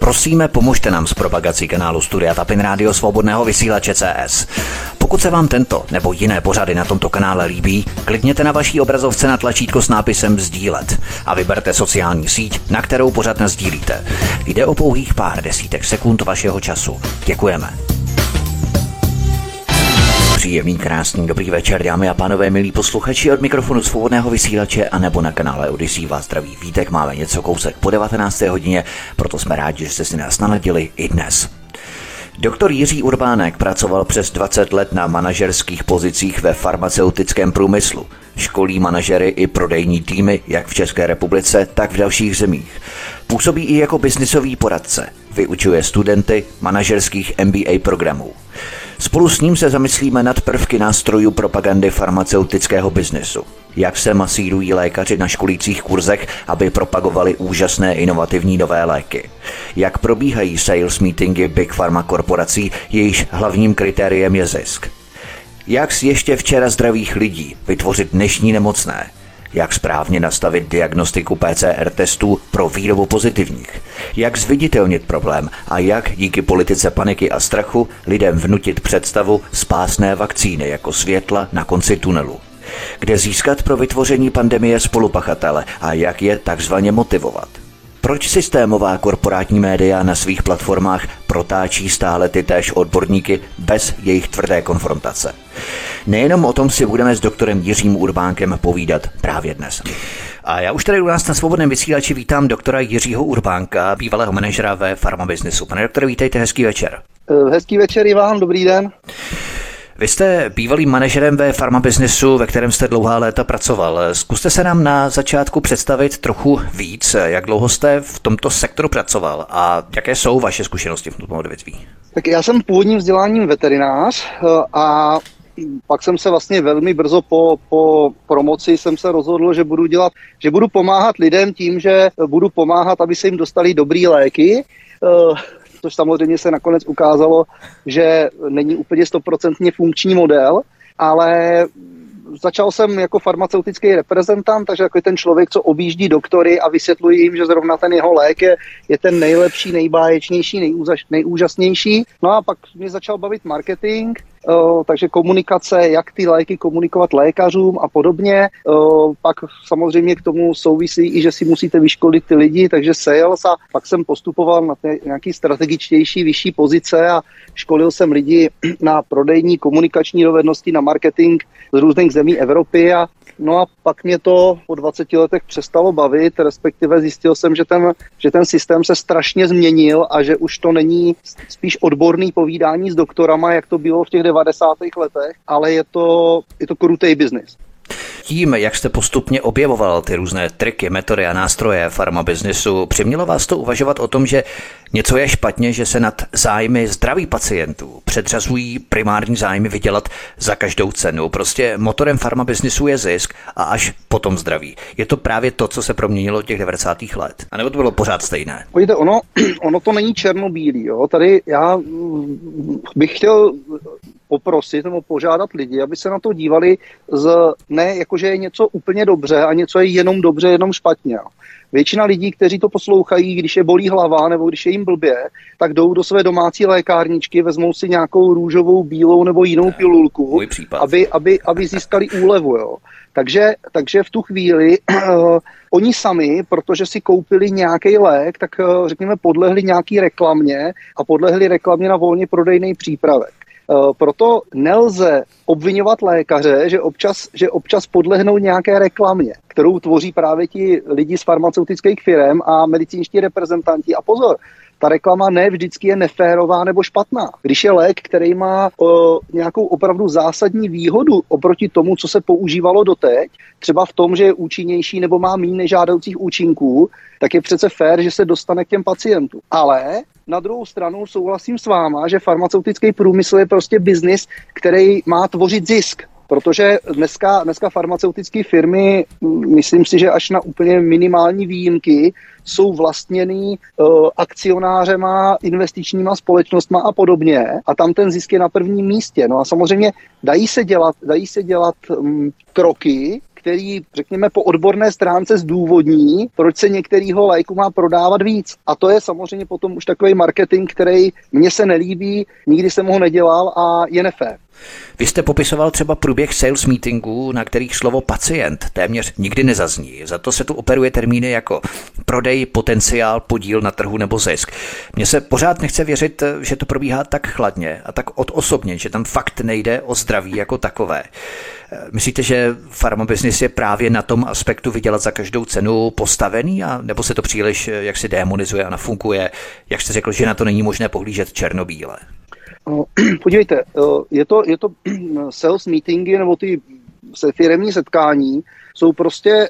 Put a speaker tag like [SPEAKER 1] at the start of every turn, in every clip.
[SPEAKER 1] Prosíme, pomožte nám s propagací kanálu Studia Tapin Rádio Svobodného vysílače CS. Pokud se vám tento nebo jiné pořady na tomto kanále líbí, klikněte na vaší obrazovce na tlačítko s nápisem sdílet a vyberte sociální síť, na kterou pořad nasdílíte. Jde o pouhých pár desítek sekund vašeho času. Děkujeme. Příjemný, krásný, dobrý večer, dámy a pánové, milí posluchači, od mikrofonu Svobodného vysílače a nebo na kanále Odyssey vás zdraví Vítek. Máme něco kousek po 19. hodině, proto jsme rádi, že jste si nás naladili i dnes. Doktor Jiří Urbánek pracoval přes 20 let na manažerských pozicích ve farmaceutickém průmyslu. Školí manažery i prodejní týmy jak v České republice, tak v dalších zemích. Působí i jako biznisový poradce. Vyučuje studenty manažerských MBA programů. Spolu s ním se zamyslíme nad prvky nástrojů propagandy farmaceutického biznesu. Jak se masírují lékaři na školících kurzech, aby propagovali úžasné inovativní nové léky. Jak probíhají sales meetingy Big Pharma korporací, jejichž hlavním kritériem je zisk. Jak z ještě včera zdravých lidí vytvořit dnešní nemocné. Jak správně nastavit diagnostiku PCR testů pro výrobu pozitivních. Jak zviditelnit problém a jak díky politice paniky a strachu lidem vnutit představu spásné vakcíny jako světla na konci tunelu. Kde získat pro vytvoření pandemie spolupachatele a jak je takzvaně motivovat. Proč systémová korporátní média na svých platformách protáčí stále ty též odborníky bez jejich tvrdé konfrontace? Nejenom o tom si budeme s doktorem Jiřím Urbánkem povídat právě dnes. A já už tady u nás na Svobodném vysílači vítám doktora Jiřího Urbánka, bývalého manažera ve farmabiznesu. Pane doktore, vítejte, hezký večer.
[SPEAKER 2] Hezký večer i vám, dobrý den.
[SPEAKER 1] Vy jste bývalým manažerem ve farmabiznesu, ve kterém jste dlouhá léta pracoval. Zkuste se nám na začátku představit trochu víc, jak dlouho jste v tomto sektoru pracoval a jaké jsou vaše zkušenosti v tomto odvětví? Tak
[SPEAKER 2] já jsem původním vzděláním veterinář a pak jsem se vlastně velmi brzo po promoci jsem se rozhodl, že budu pomáhat lidem tím, že budu pomáhat, aby se jim dostali dobrý léky, což samozřejmě se nakonec ukázalo, že není úplně 100% funkční model, ale začal jsem jako farmaceutický reprezentant, takže jako ten člověk, co objíždí doktory a vysvětluje jim, že zrovna ten jeho lék je ten nejlepší, nejbáječnější, nejúžasnější. No a pak mě začal bavit marketing, takže komunikace, jak ty léky komunikovat lékařům a podobně. Pak samozřejmě k tomu souvisí i, že si musíte vyškolit ty lidi, takže sales, a pak jsem postupoval na nějaký strategičtější, vyšší pozice a školil jsem lidi na prodejní, komunikační dovednosti, na marketing z různých zemí Evropy a pak mě to po 20 letech přestalo bavit, respektive zjistil jsem, že ten systém se strašně změnil a že už to není spíš odborný povídání s doktorama, jak to bylo v těch 90. letech, ale je to krutej biznis.
[SPEAKER 1] Tím, jak jste postupně objevoval ty různé triky, metody a nástroje farmabiznesu, přimělo vás to uvažovat o tom, že něco je špatně, že se nad zájmy zdraví pacientů předřazují primární zájmy vydělat za každou cenu. Prostě motorem farmabiznesu je zisk a až potom zdraví. Je to právě to, co se proměnilo od těch 90. let? A nebo to bylo pořád stejné?
[SPEAKER 2] Pojďte, ono to není černobílý. Jo? Tady já bych chtěl poprosit nebo požádat lidi, aby se na to dívali ne jakože je něco úplně dobře a něco je jenom dobře, jenom špatně. Většina lidí, kteří to poslouchají, když je bolí hlava nebo když je jim blbě, tak jdou do své domácí lékárničky, vezmou si nějakou růžovou, bílou nebo jinou pilulku, aby získali úlevu. Jo. Takže v tu chvíli oni sami, protože si koupili nějaký lék, tak řekněme podlehli nějaký reklamě a podlehli reklamě na volně prodejný přípravek. Proto nelze obvinovat lékaře, že občas podlehnou nějaké reklamě, kterou tvoří právě ti lidi z farmaceutických firm a medicínští reprezentanti. A pozor, ta reklama ne vždycky je neférová nebo špatná. Když je lék, který má nějakou opravdu zásadní výhodu oproti tomu, co se používalo doteď, třeba v tom, že je účinnější nebo má méně nežádoucích účinků, tak je přece fér, že se dostane k těm pacientům. Ale na druhou stranu souhlasím s váma, že farmaceutický průmysl je prostě biznis, který má tvořit zisk. Protože dneska farmaceutické firmy, myslím si, že až na úplně minimální výjimky, jsou vlastněný akcionářema, investičníma společnostma a podobně. A tam ten zisk je na prvním místě. No a samozřejmě dají se dělat kroky, který, řekněme, po odborné stránce zdůvodní, proč se některýho léku má prodávat víc. A to je samozřejmě potom už takový marketing, který mně se nelíbí, nikdy jsem ho nedělal a je nefér.
[SPEAKER 1] Vy jste popisoval třeba průběh sales meetingů, na kterých slovo pacient téměř nikdy nezazní. Za to se tu operuje termíny jako prodej, potenciál, podíl na trhu nebo zisk. Mně se pořád nechce věřit, že to probíhá tak chladně a tak odosobně, že tam fakt nejde o zdraví jako takové. Myslíte, že farmabiznis je právě na tom aspektu vydělat za každou cenu postavený, a nebo se to příliš jak si demonizuje a nafunguje, jak jste řekl, že na to není možné pohlížet černobíle?
[SPEAKER 2] Podívejte, je to sales meetingy nebo ty firemní setkání, jsou prostě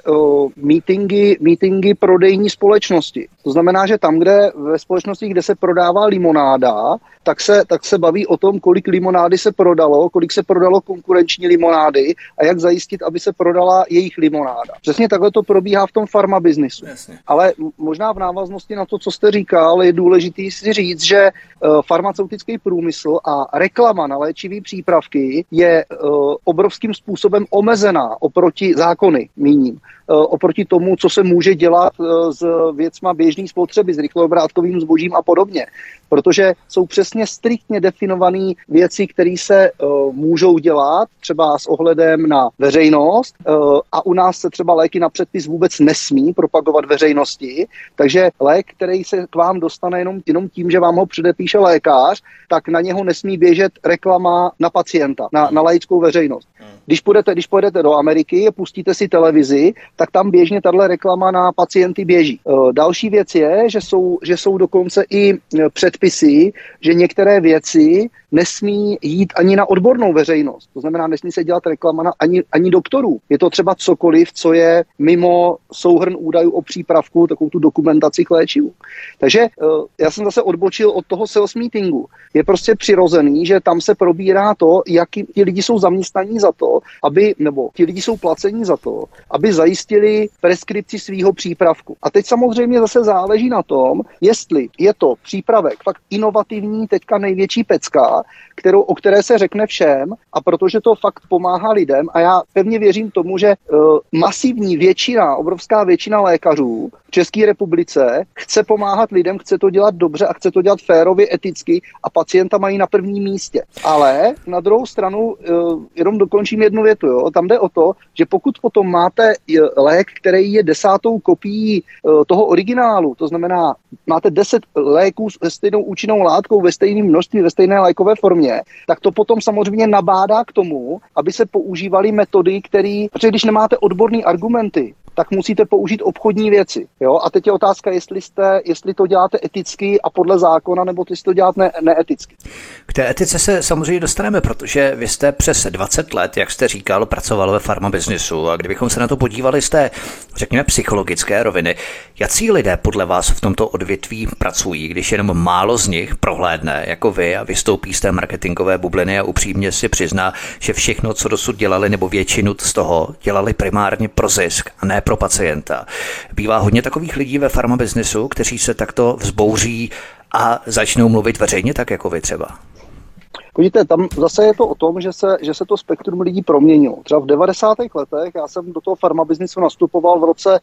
[SPEAKER 2] meetingy prodejní společnosti. To znamená, že tam, kde ve společnosti, kde se prodává limonáda, tak se baví o tom, kolik limonády se prodalo, kolik se prodalo konkurenční limonády a jak zajistit, aby se prodala jejich limonáda. Přesně takhle to probíhá v tom farmabiznisu. Ale možná v návaznosti na to, co jste říkal, je důležité si říct, že farmaceutický průmysl a reklama na léčivé přípravky je obrovským způsobem omezená oproti zákony, míním. Oproti tomu, co se může dělat s věcma běžné spotřeby, s rychloobrátkovým zbožím a podobně. Protože jsou přesně striktně definované věci, které se můžou dělat, třeba s ohledem na veřejnost, a u nás se třeba léky na předpis vůbec nesmí propagovat veřejnosti, takže lék, který se k vám dostane jenom tím, že vám ho předepíše lékař, tak na něho nesmí běžet reklama na pacienta, na laickou veřejnost. Když pojedete do Ameriky a pustíte si televizi, tak tam běžně tato reklama na pacienty běží. Další věc je, že jsou dokonce i předpisy, že některé věci nesmí jít ani na odbornou veřejnost. To znamená, nesmí se dělat reklama ani doktorů. Je to třeba cokoliv, co je mimo souhrn údajů o přípravku, takovou tu dokumentaci k léčivu. Takže já jsem zase odbočil od toho sales meetingu. Je prostě přirozený, že tam se probírá to, jak ti lidi jsou zaměstnaní za to, nebo ti lidi jsou placení za to, aby zajistili preskripci svýho přípravku. A teď samozřejmě zase záleží na tom, jestli je to přípravek fakt inovativní, teďka největší pecka, o které se řekne všem, a protože to fakt pomáhá lidem, a já pevně věřím tomu, že masivní většina, obrovská většina lékařů v České republice chce pomáhat lidem, chce to dělat dobře a chce to dělat férově, eticky, a pacienta mají na prvním místě. Ale na druhou stranu, jenom dokončím jednu větu, jo? Tam jde o to, že pokud potom máte lék, který je 10. kopií toho originálu, to znamená, máte 10 léků se stejnou účinnou látkou ve stejném množství, ve stejné lékové formě, tak to potom samozřejmě nabádá k tomu, aby se používaly metody, protože když nemáte odborné argumenty, tak musíte použít obchodní věci. Jo? A teď je otázka, jestli to děláte eticky a podle zákona, nebo jestli to děláte neeticky.
[SPEAKER 1] K té etice se samozřejmě dostaneme, protože vy jste přes 20 let, jak jste říkal, pracoval ve farmabiznisu, a kdybychom se na to podívali z té, řekněme, psychologické roviny, jací lidé podle vás v tomto odvětví pracují, když jenom málo z nich prohlédne jako vy a vystoupí z té marketingové bubliny a upřímně si přizná, že všechno, co dosud dělali, nebo většinu z toho dělali primárně pro zisk a ne pro pacienta. Bývá hodně takových lidí ve farmabiznisu, kteří se takto vzbouří a začnou mluvit veřejně, tak jako vy třeba.
[SPEAKER 2] Vidíte, tam zase je to o tom, že se to spektrum lidí proměnilo. Třeba v 90. letech, já jsem do toho farmabiznisu nastupoval v roce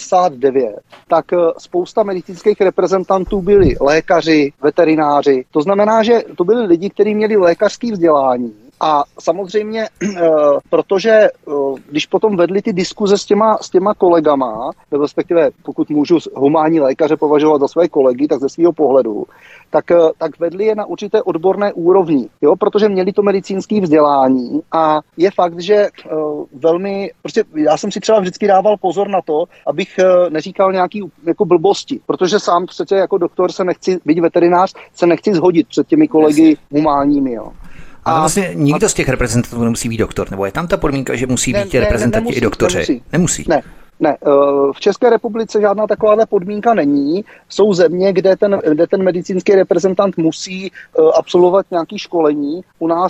[SPEAKER 2] 99, tak spousta medicínských reprezentantů byli lékaři, veterináři. To znamená, že to byli lidi, kteří měli lékařské vzdělání. A samozřejmě, protože když potom vedli ty diskuze s těma kolegama, nebo respektive pokud můžu humánní lékaře považovat za své kolegy, tak ze svého pohledu, tak vedli je na určité odborné úrovni, jo? Protože měli to medicínské vzdělání, a je fakt, že prostě já jsem si třeba vždycky dával pozor na to, abych neříkal nějaký jako blbosti, protože sám přece jako doktor být veterinář, se nechci zhodit před těmi kolegy humánními, jo.
[SPEAKER 1] Ale vlastně nikdo z těch reprezentantů nemusí být doktor, nebo je tam ta podmínka, že musí být reprezentanti i doktoři? Nemusí.
[SPEAKER 2] Ne, v České republice žádná takováhle podmínka není. Jsou země, kde ten medicínský reprezentant musí absolvovat nějaké školení.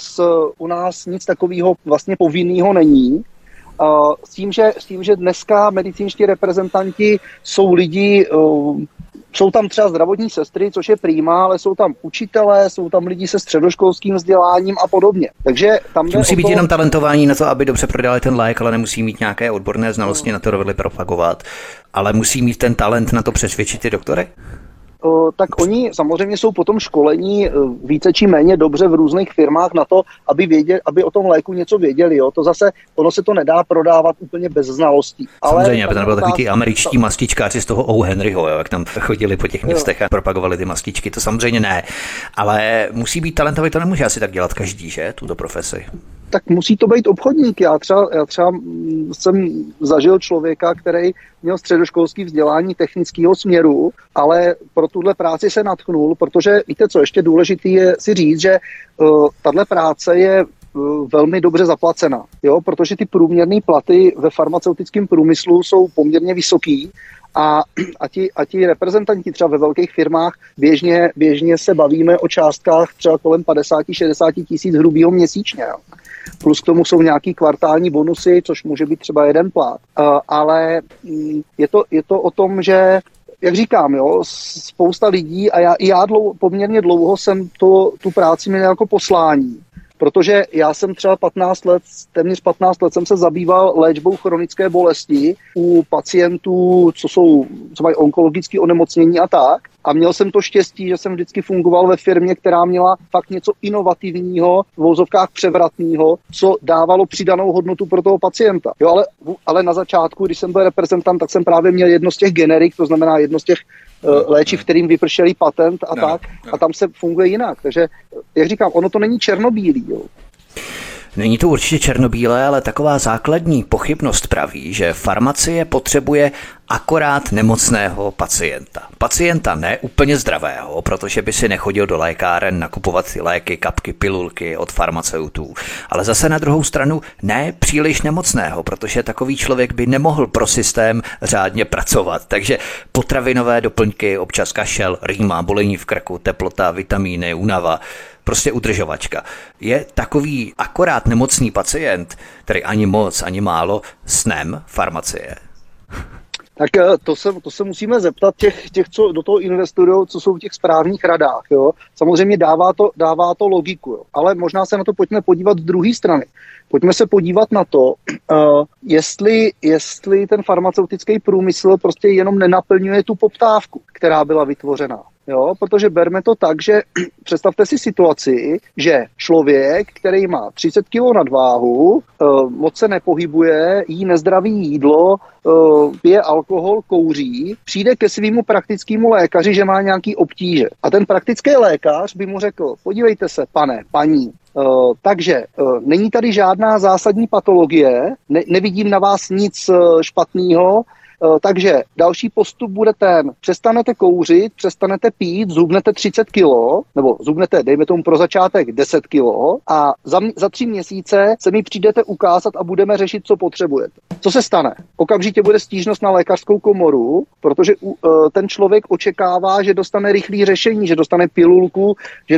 [SPEAKER 2] U nás nic takového vlastně povinného není. S tím, že dneska medicínští reprezentanti jsou lidi Jsou tam třeba zdravotní sestry, což je prima, ale jsou tam učitelé, jsou tam lidi se středoškolským vzděláním a podobně. Takže tam
[SPEAKER 1] musí být jenom talentování na to, aby dobře prodali ten lék, ale nemusí mít nějaké odborné znalosti na to dovedli propagovat, ale musí mít ten talent na to přesvědčit ty doktory?
[SPEAKER 2] Tak oni samozřejmě jsou potom školení více či méně dobře v různých firmách na to, aby o tom léku něco věděli. Jo. To zase, ono se to nedá prodávat úplně bez znalostí.
[SPEAKER 1] Samozřejmě, aby tam byly takový ty američtí mastičkáři z toho O. Henryho, jo, jak tam chodili po těch městech a propagovali ty mastičky, to samozřejmě ne. Ale musí být talentový, to nemůže asi tak dělat každý, že, tuto profesi.
[SPEAKER 2] Tak musí to být obchodník. Já třeba jsem zažil člověka, který měl středoškolský vzdělání technického směru, ale pro tuhle práci se nadchnul, protože víte co, ještě důležitý je si říct, že tahle práce je velmi dobře zaplacená, jo? Protože ty průměrné platy ve farmaceutickém průmyslu jsou poměrně vysoký a ti reprezentanti třeba ve velkých firmách běžně se bavíme o částkách třeba kolem 50-60 tisíc hrubýho měsíčně. Jo? Plus k tomu jsou nějaký kvartální bonusy, což může být třeba jeden plat. Ale je to o tom, že, jak říkám, jo, spousta lidí a já poměrně dlouho jsem tu práci měl jako poslání. Protože já jsem třeba téměř 15 let jsem se zabýval léčbou chronické bolesti u pacientů, co mají onkologické onemocnění a tak. A měl jsem to štěstí, že jsem vždycky fungoval ve firmě, která měla fakt něco inovativního, v vozovkách převratného, co dávalo přidanou hodnotu pro toho pacienta. Jo, ale na začátku, když jsem byl reprezentant, tak jsem právě měl jedno z těch generik, to znamená jedno z těch léčiv, kterým vypršelý patent a tak. A tam se funguje jinak. Takže, jak říkám, ono to není černobílý. Jo.
[SPEAKER 1] Není to určitě černobílé, ale taková základní pochybnost praví, že farmacie potřebuje akorát nemocného pacienta. Pacienta ne úplně zdravého, protože by si nechodil do lékáren nakupovat ty léky, kapky, pilulky od farmaceutů. Ale zase na druhou stranu ne příliš nemocného, protože takový člověk by nemohl pro systém řádně pracovat. Takže potravinové doplňky, občas kašel, rýma, bolení v krku, teplota, vitamíny, únava, prostě udržovačka. Je takový akorát nemocný pacient, který ani moc, ani málo, snem farmacie?
[SPEAKER 2] Tak to se musíme zeptat těch, co do toho investují, co jsou v těch správních radách. Jo? Samozřejmě dává to logiku, jo? Ale možná se na to pojďme podívat z druhé strany. Pojďme se podívat na to, jestli ten farmaceutický průmysl prostě jenom nenaplňuje tu poptávku, která byla vytvořena. Jo, protože berme to tak, že představte si situaci, že člověk, který má 30 kg nadváhu, moc se nepohybuje, jí nezdravý jídlo, pije alkohol, kouří, přijde ke svému praktickému lékaři, že má nějaký obtíže. A ten praktický lékař by mu řekl, podívejte se, pane, paní, takže není tady žádná zásadní patologie, nevidím na vás nic špatného, takže další postup bude přestanete kouřit, přestanete pít, zhubnete 30 kilo, nebo zhubnete, dejme tomu pro začátek 10 kilo a za 3 měsíce se mi přijdete ukázat a budeme řešit, co potřebujete. Co se stane? Okamžitě bude stížnost na lékařskou komoru, protože ten člověk očekává, že dostane rychlé řešení, že dostane pilulku,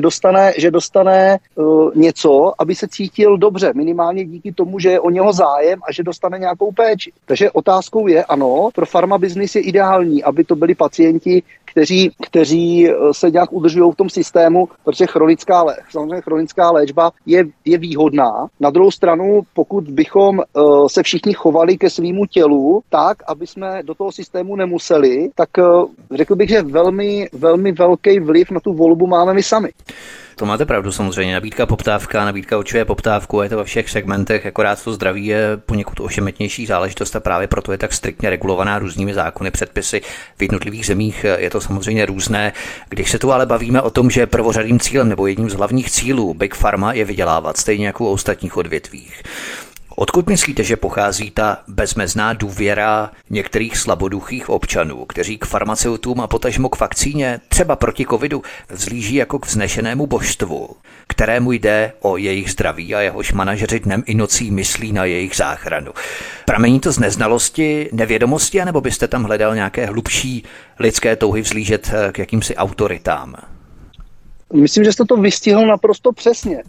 [SPEAKER 2] že dostane něco, aby se cítil dobře, minimálně díky tomu, že je o něho zájem a že dostane nějakou péči. Takže otázkou je, ano, pro farmabiznis je ideální, aby to byli pacienti, kteří se nějak udržují v tom systému, protože chronická léčba je výhodná. Na druhou stranu, pokud bychom se všichni chovali ke svýmu tělu tak, aby jsme do toho systému nemuseli, tak řekl bych, že velmi, velmi velký vliv na tu volbu máme my sami.
[SPEAKER 1] To máte pravdu samozřejmě, nabídka určuje poptávku a je to ve všech segmentech, akorát to zdraví je poněkud ošemetnější záležitost a právě proto je tak striktně regulovaná různými zákony, předpisy v jednotlivých zemích, je to samozřejmě různé. Když se tu ale bavíme o tom, že prvořadým cílem nebo jedním z hlavních cílů Big Pharma je vydělávat, stejně jako u ostatních odvětvích. Odkud myslíte, že pochází ta bezmezná důvěra některých slaboduchých občanů, kteří k farmaceutům a potažmo k vakcíně, třeba proti covidu, vzlíží jako k vznešenému božstvu, kterému jde o jejich zdraví a jehož manažeři dnem i nocí myslí na jejich záchranu? Pramení to z neznalosti, nevědomosti, anebo byste tam hledal nějaké hlubší lidské touhy vzlížet k jakýmsi autoritám?
[SPEAKER 2] Myslím, že jste to vystihl naprosto přesně.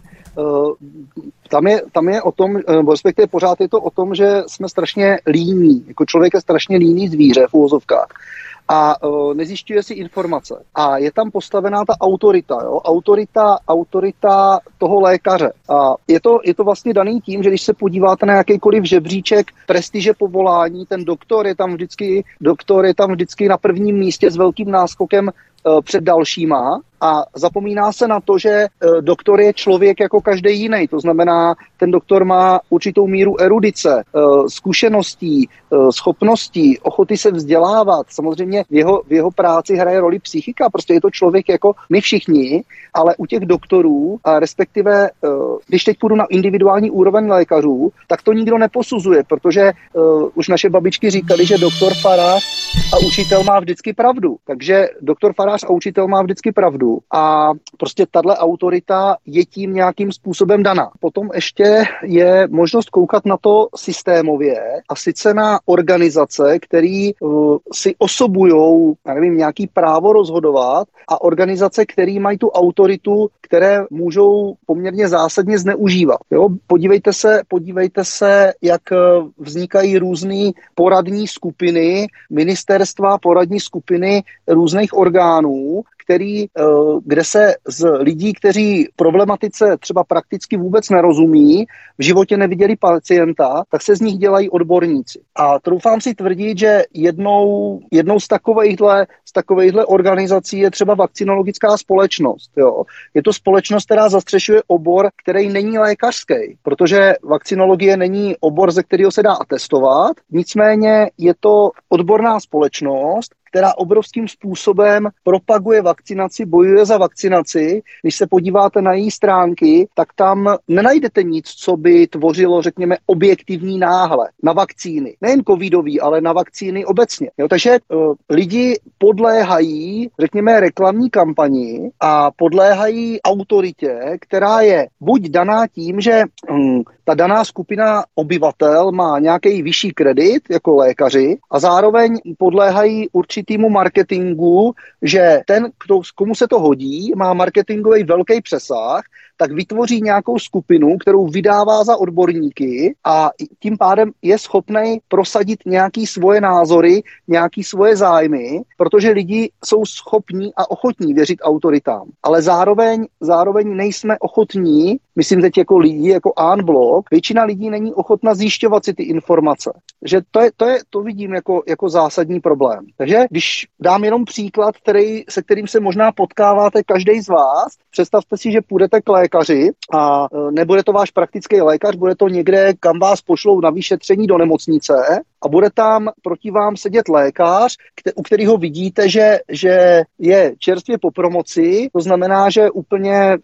[SPEAKER 2] Tam je o tom, respektive pořád je to o tom, že jsme strašně líní. Jako člověk je strašně líný zvíře v uvozovkách. a nezjišťuje si informace. A je tam postavená ta autorita, jo? Autorita toho lékaře. A je to vlastně daný tím, že když se podíváte na jakýkoliv žebříček prestiže povolání, ten doktor je tam vždycky na prvním místě s velkým náskokem před dalšíma. A zapomíná se na to, že doktor je člověk jako každý jiný. To znamená, ten doktor má určitou míru erudice, zkušeností, schopností, ochoty se vzdělávat. Samozřejmě v jeho práci hraje roli psychika. Prostě je to člověk jako my všichni, ale u těch doktorů, a respektive když teď půjdu na individuální úroveň lékařů, tak to nikdo neposuzuje, protože už naše babičky říkali, že doktor, farář a učitel má vždycky pravdu. Takže doktor, farář a učitel má vždycky pravdu. A prostě tahle autorita je tím nějakým způsobem daná. Potom ještě je možnost koukat na to systémově, a sice na organizace, které si osobujou, já nevím, nějaký právo rozhodovat, a organizace, které mají tu autoritu, které můžou poměrně zásadně zneužívat. Jo? Podívejte se, jak vznikají různé poradní skupiny, ministerstva, poradní skupiny různých orgánů, kde se z lidí, kteří problematice třeba prakticky vůbec nerozumí, v životě neviděli pacienta, tak se z nich dělají odborníci. A troufám si tvrdit, že jednou z takovejhle organizací je třeba vakcinologická společnost. Jo. Je to společnost, která zastřešuje obor, který není lékařský, protože vakcinologie není obor, ze kterého se dá atestovat, nicméně je to odborná společnost, která obrovským způsobem propaguje vakcinaci, bojuje za vakcinaci. Když se podíváte na její stránky, tak tam nenajdete nic, co by tvořilo, řekněme, objektivní náhled na vakcíny. Nejen covidový, ale na vakcíny obecně. Jo, takže lidi podléhají, řekněme, reklamní kampani a podléhají autoritě, která je buď daná tím, že ta daná skupina obyvatel má nějaký vyšší kredit jako lékaři a zároveň podléhají určitýmu marketingu, že ten, komu se to hodí, má marketingový velký přesah, tak vytvoří nějakou skupinu, kterou vydává za odborníky a tím pádem je schopný prosadit nějaký svoje názory, nějaký svoje zájmy, protože lidi jsou schopní a ochotní věřit autoritám. Ale zároveň nejsme ochotní, myslím teď jako lidi, jako en bloc, většina lidí není ochotna zjišťovat si ty informace. Že to vidím jako zásadní problém. Takže když dám jenom příklad, se kterým se možná potkáváte každý z vás, představte si, že půjdete k lékaři a nebude to váš praktický lékař, bude to někde, kam vás pošlou na vyšetření do nemocnice a bude tam proti vám sedět lékař, u kterého vidíte, že je čerstvě po promoci, to znamená, že úplně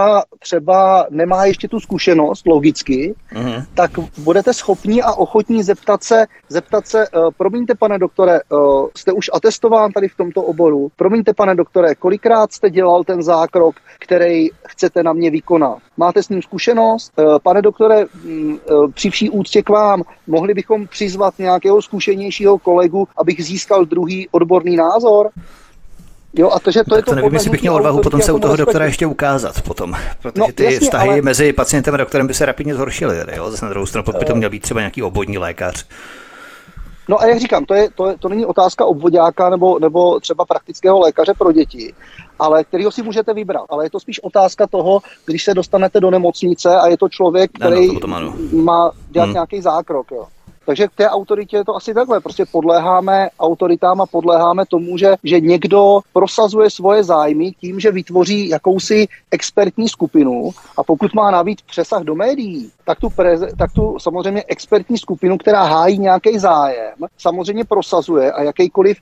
[SPEAKER 2] třeba nemá ještě tu zkušenost logicky, tak budete schopni a ochotní zeptat se, promiňte, pane doktore, jste už atestován tady v tomto oboru, promiňte, pane doktore, kolikrát jste dělal ten zákrok, který chcete na mě vykonat? Máte s ním zkušenost? Pane doktore, při vší úctě k vám, mohli bychom přizvat nějakého zkušenějšího kolegu, abych získal druhý odborný názor? Jo, a
[SPEAKER 1] to nevím, jestli bych měl odvahu potom se u toho doktora ještě ukázat potom, protože ty vztahy mezi pacientem a doktorem by se rapidně zhoršily. Jo? Zase na druhou stranu, pokud by to měl být třeba nějaký obvodní lékař.
[SPEAKER 2] No a jak říkám, to není otázka obvoďáka nebo třeba praktického lékaře pro děti, ale kterýho si můžete vybrat. Ale je to spíš otázka toho, když se dostanete do nemocnice a je to člověk, který má dělat nějaký zákrok. Jo. Takže k té autoritě je to asi takhle. Prostě podléháme autoritám a podléháme tomu, že někdo prosazuje svoje zájmy tím, že vytvoří jakousi expertní skupinu a pokud má navíc přesah do médií, tak tu samozřejmě expertní skupinu, která hájí nějaký zájem, samozřejmě prosazuje a jakýkoliv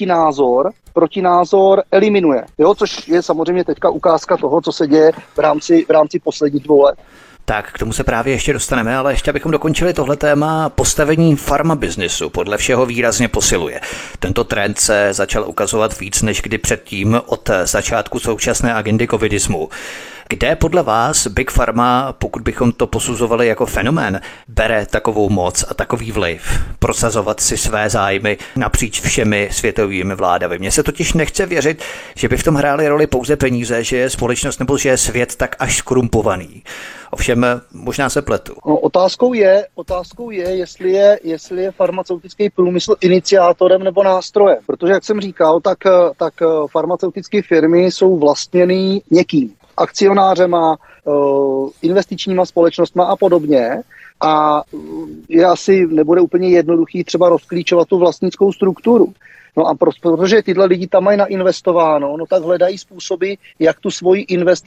[SPEAKER 2] protinázor eliminuje. Jo, což je samozřejmě teďka ukázka toho, co se děje v rámci posledních 2 let.
[SPEAKER 1] Tak k tomu se právě ještě dostaneme, ale ještě abychom dokončili tohle téma, postavení farmabiznisu podle všeho výrazně posiluje. Tento trend se začal ukazovat víc než kdy předtím od začátku současné agendy covidismu. Kde podle vás Big Pharma, pokud bychom to posuzovali jako fenomén, bere takovou moc a takový vliv prosazovat si své zájmy napříč všemi světovými vládami? Mně se totiž nechce věřit, že by v tom hrály roli pouze peníze, že je společnost nebo že je svět tak až skrumpovaný. Ovšem, možná se pletu.
[SPEAKER 2] No, otázkou je, jestli je farmaceutický průmysl iniciátorem nebo nástrojem. Protože, jak jsem říkal, tak farmaceutické firmy jsou vlastněný někým. Akcionářema, investičníma společnostma a podobně. A je asi nebude úplně jednoduchý třeba rozklíčovat tu vlastnickou strukturu. No a protože tyhle lidi tam mají nainvestováno, no tak hledají způsoby, jak tu svoji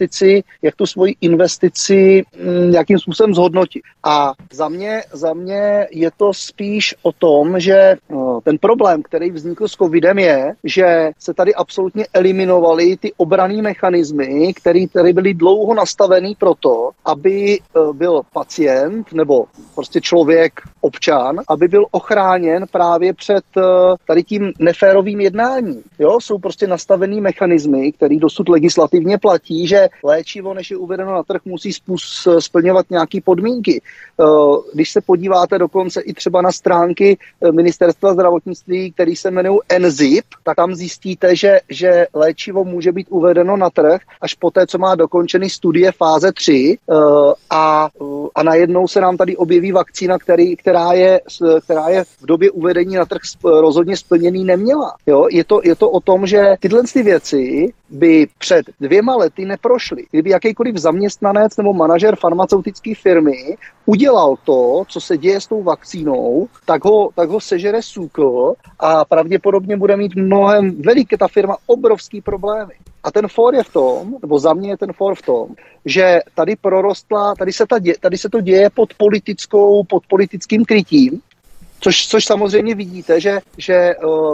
[SPEAKER 2] investici nějakým způsobem zhodnotit. A za mě je to spíš o tom, že ten problém, který vznikl s covidem, je, že se tady absolutně eliminovaly ty obranné mechanismy, které tady byly dlouho nastavený proto, aby byl pacient nebo prostě člověk, občan, aby byl ochráněn právě před tady tím neférovým jednáním. Jo, jsou prostě nastavený mechanismy, které dosud legislativně platí, že léčivo, než je uvedeno na trh, musí splňovat nějaké podmínky. Když se podíváte dokonce i třeba na stránky Ministerstva zdravotnictví, které se jmenují NZIP, tak tam zjistíte, že léčivo může být uvedeno na trh až poté, co má dokončený studie fáze 3 a najednou se nám tady objeví vakcína, která je v době uvedení na trh rozhodně splněný neměla. Jo? Je to o tom, že tyhle věci by před 2 lety neprošly. Kdyby jakýkoliv zaměstnanec nebo manažer farmaceutické firmy udělal to, co se děje s tou vakcínou, tak ho sežere SÚKL a pravděpodobně bude mít mnohem veliké ta firma obrovský problémy. A ten for je v tom, nebo za mě je ten for v tom, že tady prorostla, tady se to děje pod politickým krytím, což samozřejmě vidíte, že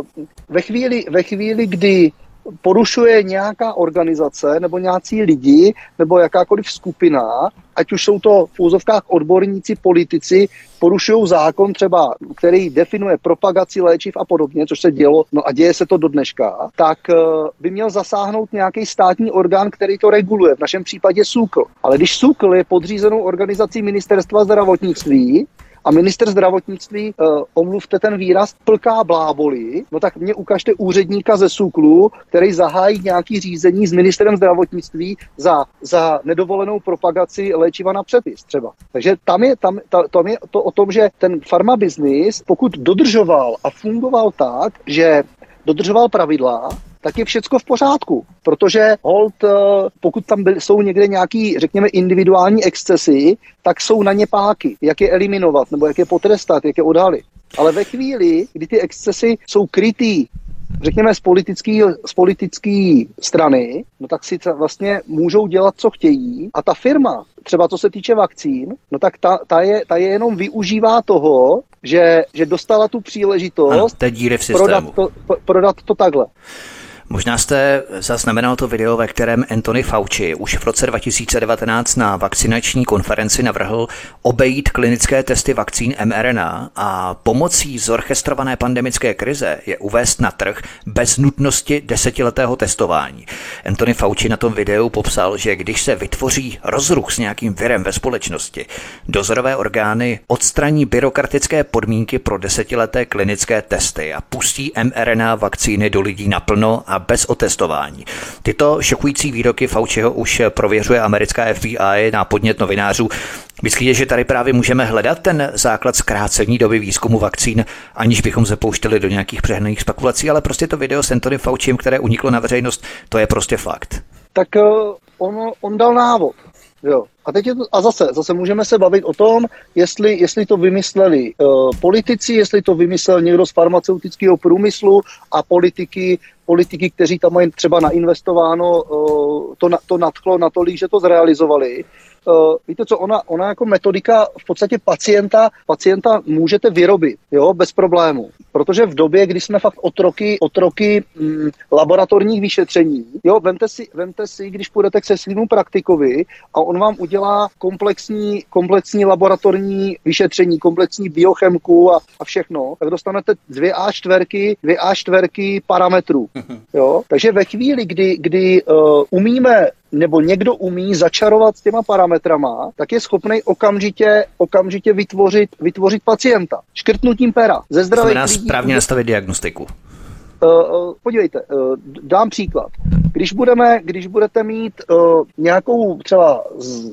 [SPEAKER 2] ve chvíli, kdy porušuje nějaká organizace nebo nějací lidi nebo jakákoliv skupina, ať už jsou to v úzovkách odborníci, politici, porušují zákon třeba, který definuje propagaci léčiv a podobně, což se dělo, no a děje se to do dneška, tak by měl zasáhnout nějaký státní orgán, který to reguluje, v našem případě SÚKL. Ale když SÚKL je podřízenou organizací Ministerstva zdravotnictví, a ministr zdravotnictví, omluvte ten výraz, plká bláboli, no tak mě ukažte úředníka ze SÚKLu, který zahájí nějaký řízení s ministrem zdravotnictví za nedovolenou propagaci léčiva na předpis třeba. Takže tam je to o tom, že ten farmabiznis, pokud dodržoval a fungoval tak, že dodržoval pravidla, tak je všecko v pořádku, protože hold, pokud tam jsou někde nějaký, řekněme, individuální excesy, tak jsou na ně páky, jak je eliminovat, nebo jak je potrestat, jak je odhalit. Ale ve chvíli, kdy ty excesy jsou krytý, řekněme, z politické strany, no tak si vlastně můžou dělat, co chtějí. A ta firma, třeba co se týče vakcín, no tak ta je jenom využívá toho, že dostala tu příležitost prodat to takhle.
[SPEAKER 1] Možná jste zaznamenal to video, ve kterém Anthony Fauci už v roce 2019 na vakcinační konferenci navrhl obejít klinické testy vakcín mRNA a pomocí zorchestrované pandemické krize je uvést na trh bez nutnosti 10letého testování. Anthony Fauci na tom videu popsal, že když se vytvoří rozruch s nějakým virem ve společnosti, dozorové orgány odstraní byrokratické podmínky pro 10leté klinické testy a pustí mRNA vakcíny do lidí naplno a bez otestování. Tyto šokující výroky Fauciho už prověřuje americká FBI na podnět novinářů. Myslíte, že tady právě můžeme hledat ten základ zkrácení doby výzkumu vakcín, aniž bychom se pouštěli do nějakých přehnaných spekulací, ale prostě to video s Anthony Faucim, které uniklo na veřejnost, to je prostě fakt.
[SPEAKER 2] Tak on dal návod. Jo. A teď zase můžeme se bavit o tom, jestli to vymysleli politici, jestli to vymyslel někdo z farmaceutického průmyslu a politiky, kteří tam mají třeba nainvestováno, to nadchlo natolik, že to zrealizovali. Víte co, ona jako metodika v podstatě pacienta můžete vyrobit, jo, bez problému. Protože v době, kdy jsme fakt otroky laboratorních vyšetření, jo, vemte si, když půjdete k sestlému praktikovi a on vám udělá komplexní laboratorní vyšetření, komplexní biochemku a všechno, tak dostanete 2 A4 parametrů. Jo? Takže ve chvíli, kdy umíme nebo někdo umí začarovat s těma parametrama, tak je schopný okamžitě vytvořit pacienta. Škrtnutím pera. Ze zdravých lidí.
[SPEAKER 1] Správně nastavit diagnostiku.
[SPEAKER 2] Podívejte, dám příklad. Když budete mít nějakou třeba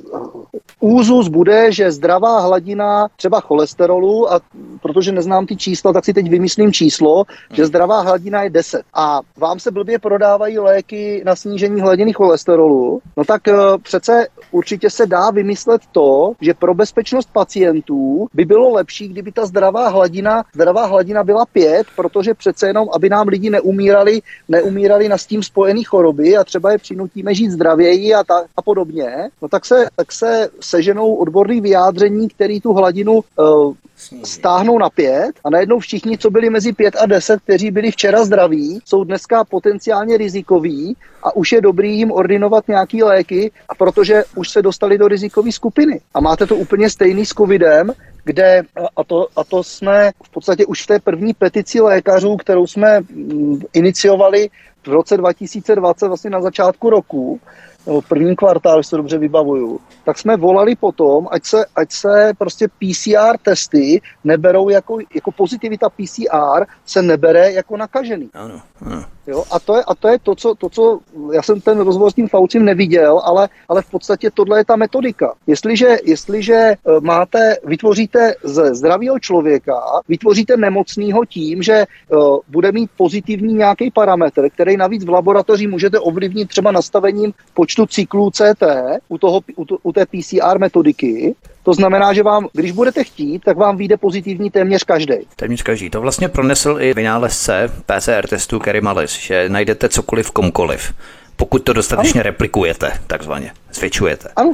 [SPEAKER 2] úzus bude, že zdravá hladina třeba cholesterolu, a protože neznám ty čísla, tak si teď vymyslím číslo, že zdravá hladina je 10 a vám se blbě prodávají léky na snížení hladiny cholesterolu, no tak přece určitě se dá vymyslet to, že pro bezpečnost pacientů by bylo lepší, kdyby ta zdravá hladina byla 5, protože přece jenom, aby nám lidi neumírali na s tím spojený choroby a třeba je přinutíme žít zdravěji a podobně, no tak se seženou odborný vyjádření, který tu hladinu stáhnou na 5 a najednou všichni, co byli mezi 5 a 10, kteří byli včera zdraví, jsou dneska potenciálně rizikoví a už je dobrý jim ordinovat nějaký léky, a protože už se dostali do rizikové skupiny. A máte to úplně stejný s covidem, kde, a to jsme v podstatě už v té první petici lékařů, kterou jsme iniciovali v roce 2020, vlastně na začátku roku, v prvním kvartálu, když se dobře vybavuju, tak jsme volali potom, ať se prostě PCR testy neberou jako pozitivita PCR se nebere jako nakažený.
[SPEAKER 1] Ano.
[SPEAKER 2] Jo, a to je to, co já jsem ten rozhovor s tím Faucim neviděl, ale v podstatě tohle je ta metodika. Jestliže vytvoříte ze zdravého člověka, vytvoříte nemocného tím, že bude mít pozitivní nějaký parametr, který navíc v laboratoři můžete ovlivnit třeba nastavením počtu cyklů CT u té PCR metodiky. To znamená, že vám, když budete chtít, tak vám vyjde pozitivní téměř každý.
[SPEAKER 1] Téměř každý. To vlastně pronesl i vynálezce PCR testu Kerry Mullis, že najdete cokoliv komkoliv, pokud to dostatečně replikujete, takzvaně, zvětšujete.
[SPEAKER 2] Ano.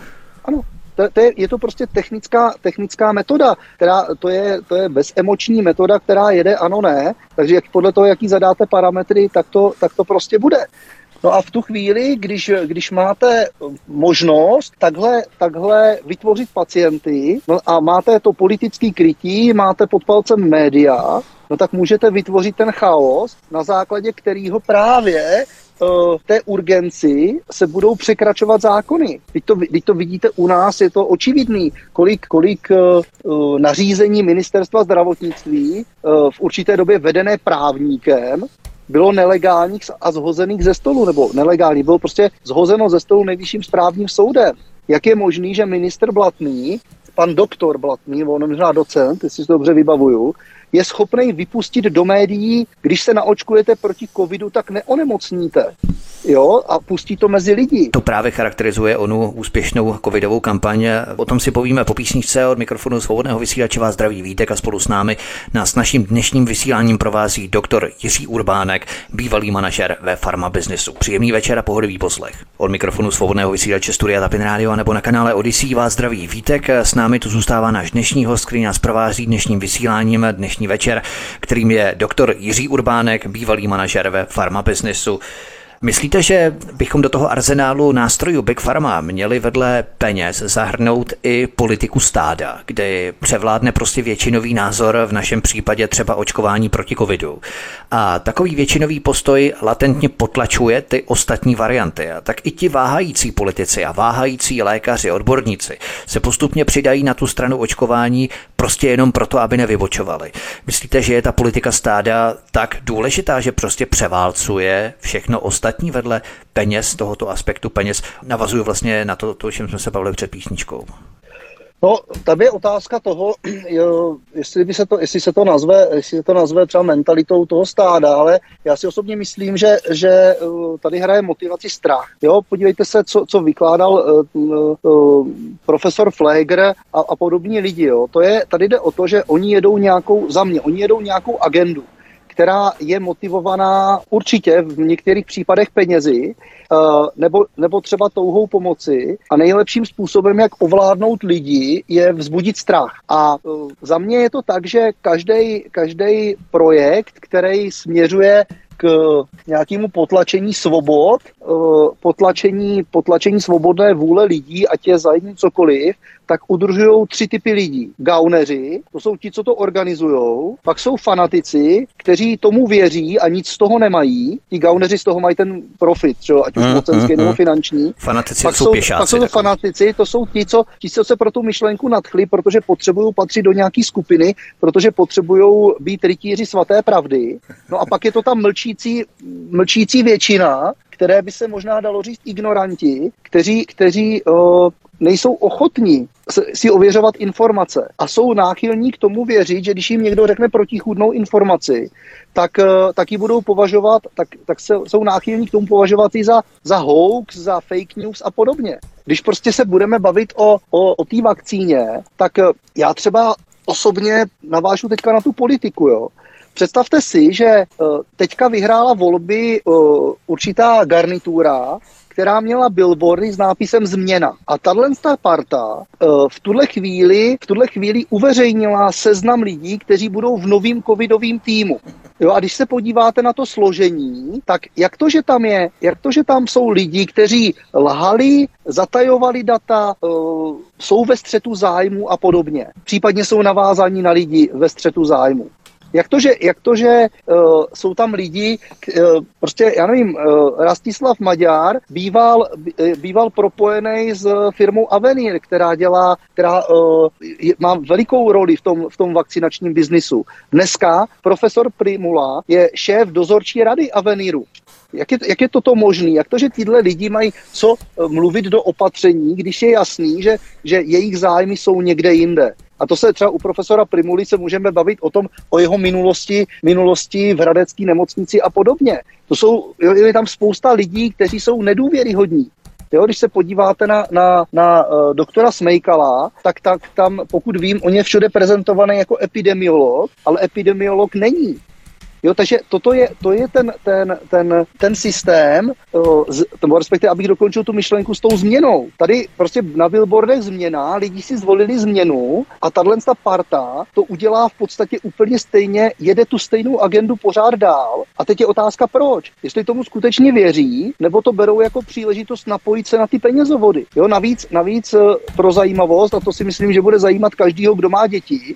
[SPEAKER 2] Je to prostě technická metoda, to je bezemoční metoda, která jede ano, ne, takže podle toho, jaký zadáte parametry, tak to prostě bude. No a v tu chvíli, když máte možnost takhle vytvořit pacienty, no a máte to politické krytí, máte pod palcem média, no tak můžete vytvořit ten chaos, na základě kterého právě v té urgenci se budou překračovat zákony. Když to vidíte u nás, je to očividný, kolik nařízení ministerstva zdravotnictví v určité době vedené právníkem bylo nelegálních a zhozených ze stolu, nebo nelegální, bylo prostě zhozeno ze stolu Nejvyšším správním soudem. Jak je možný, že ministr Blatný, pan doktor Blatný, on možná docent, jestli si to dobře vybavuju, je schopný vypustit do médií, když se naočkujete proti covidu, tak neonemocníte. Jo, a pustí to mezi lidi.
[SPEAKER 1] To právě charakterizuje onu úspěšnou covidovou kampaň. O tom si povíme po písničce. Od mikrofonu Svobodného vysílače vás zdraví Vítek a spolu s námi s naším dnešním vysíláním provází doktor Jiří Urbánek, bývalý manažer ve Pharma Businessu. Příjemný večer a pohodový poslech. Od mikrofonu Svobodného vysílače Studia Tapin Radio nebo na kanále Odyssey vás zdraví Vítek. S námi tu zůstává náš dnešní host, který nás provází dnešním vysíláním dnešní večer, kterým je doktor Jiří Urbánek, bývalý manažer ve Pharma Businessu. Myslíte, že bychom do toho arzenálu nástrojů Big Pharma měli vedle peněz zahrnout i politiku stáda, kde převládne prostě většinový názor, v našem případě třeba očkování proti covidu. A takový většinový postoj latentně potlačuje ty ostatní varianty. A tak i ti váhající politici a váhající lékaři, odborníci se postupně přidají na tu stranu očkování prostě jenom proto, aby nevybočovali. Myslíte, že je ta politika stáda tak důležitá, že prostě převálcuje všechno ostatní vedle peněz, tohoto aspektu peněz? Navazuju vlastně na to, o čem jsme se bavili před písničkou.
[SPEAKER 2] No, tady je otázka toho, jestli se to nazve třeba mentalitou toho stáda, ale já si osobně myslím, že tady hraje motivaci strach. Jo, podívejte se, co vykládal profesor Pfleger a podobní lidi. Jo. Tady jde o to, že oni jedou nějakou agendu, která je motivovaná určitě v některých případech penězi, nebo třeba touhou pomoci. A nejlepším způsobem, jak ovládnout lidi, je vzbudit strach. A za mě je to tak, že každý projekt, který směřuje k nějakému potlačení svobod, potlačení svobodné vůle lidí, ať je zájem cokoliv, tak udržují 3 typy lidí. Gauneři, to jsou ti, co to organizujou, pak jsou fanatici, kteří tomu věří a nic z toho nemají. Ti gauneři z toho mají ten profit, čo? Ať už mocenský nebo finanční.
[SPEAKER 1] Fanatici
[SPEAKER 2] pak
[SPEAKER 1] jsou pěšáci.
[SPEAKER 2] Pak jsou to fanatici, to jsou ti, co se pro tu myšlenku nadchli, protože potřebují patřit do nějaký skupiny, protože potřebují být rytíři svaté pravdy. No a pak je to tam mlčící většina, které by se možná dalo říct ignoranti, kteří nejsou ochotní si ověřovat informace a jsou náchylní k tomu věřit, že když jim někdo řekne protichůdnou informaci, tak ji budou považovat, jsou náchylní k tomu považovat ji za hoax, za fake news a podobně. Když prostě se budeme bavit o té vakcíně, tak já třeba osobně navážu teďka na tu politiku, jo. Představte si, že teďka vyhrála volby určitá garnitura, která měla billboardy s nápisem Změna. A tato parta v tuhle chvíli uveřejnila seznam lidí, kteří budou v novým covidovým týmu. Jo, a když se podíváte na to složení, tak jak to, že tam jsou lidi, kteří lhali, zatajovali data, jsou ve střetu zájmu a podobně. Případně jsou navázaní na lidi ve střetu zájmu. Jak to, že jsou tam lidi, prostě, já nevím, Rastislav Maďar býval propojený s firmou Avenir, která má velikou roli v tom vakcinačním biznisu. Dneska profesor Primula je šéf dozorčí rady Aveniru. Jak je toto možné? Jak to, že tyhle lidi mají co mluvit do opatření, když je jasný, že jejich zájmy jsou někde jinde? A to se třeba u profesora Primuly se můžeme bavit o jeho minulosti v hradecké nemocnici a podobně. Je tam spousta lidí, kteří jsou nedůvěryhodní. Jo, když se podíváte na doktora Smejkala, tak tam, pokud vím, on je všude prezentovaný jako epidemiolog, ale epidemiolog není. Jo, takže to je ten systém, respektive, abych dokončil tu myšlenku s tou změnou. Tady prostě na billboardech změna, lidi si zvolili změnu a tato parta to udělá v podstatě úplně stejně, jede tu stejnou agendu pořád dál. A teď je otázka proč. Jestli tomu skutečně věří, nebo to berou jako příležitost napojit se na ty penězovody. Jo, navíc pro zajímavost, a to si myslím, že bude zajímat každýho, kdo má děti,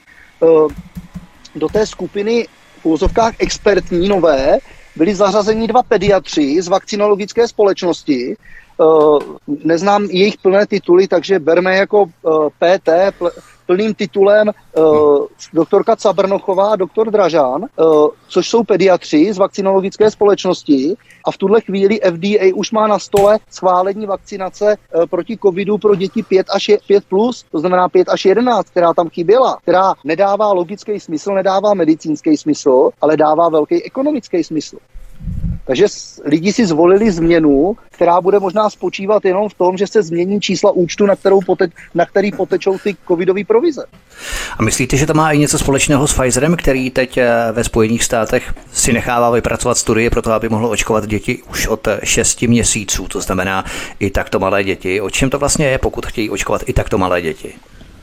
[SPEAKER 2] do té skupiny v uvozovkách expertní nové byli zařazeni 2 pediatři z vakcinologické společnosti. Neznám jejich plné tituly, takže berme jako PT plným titulem doktorka Cabrnochová a doktor Dražán, což jsou pediatři z vakcinologické společnosti a v tuhle chvíli FDA už má na stole schválení vakcinace proti covidu pro děti 5+, to znamená 5 až 11, která tam chyběla, která nedává logický smysl, nedává medicínský smysl, ale dává velký ekonomický smysl. Takže lidi si zvolili změnu, která bude možná spočívat jenom v tom, že se změní čísla účtu, na který potečou ty covidové provize.
[SPEAKER 1] A myslíte, že to má i něco společného s Pfizerem, který teď ve Spojených státech si nechává vypracovat studie pro to, aby mohlo očkovat děti už od 6 měsíců, to znamená i takto malé děti. O čem to vlastně je, pokud chtějí očkovat i takto malé děti?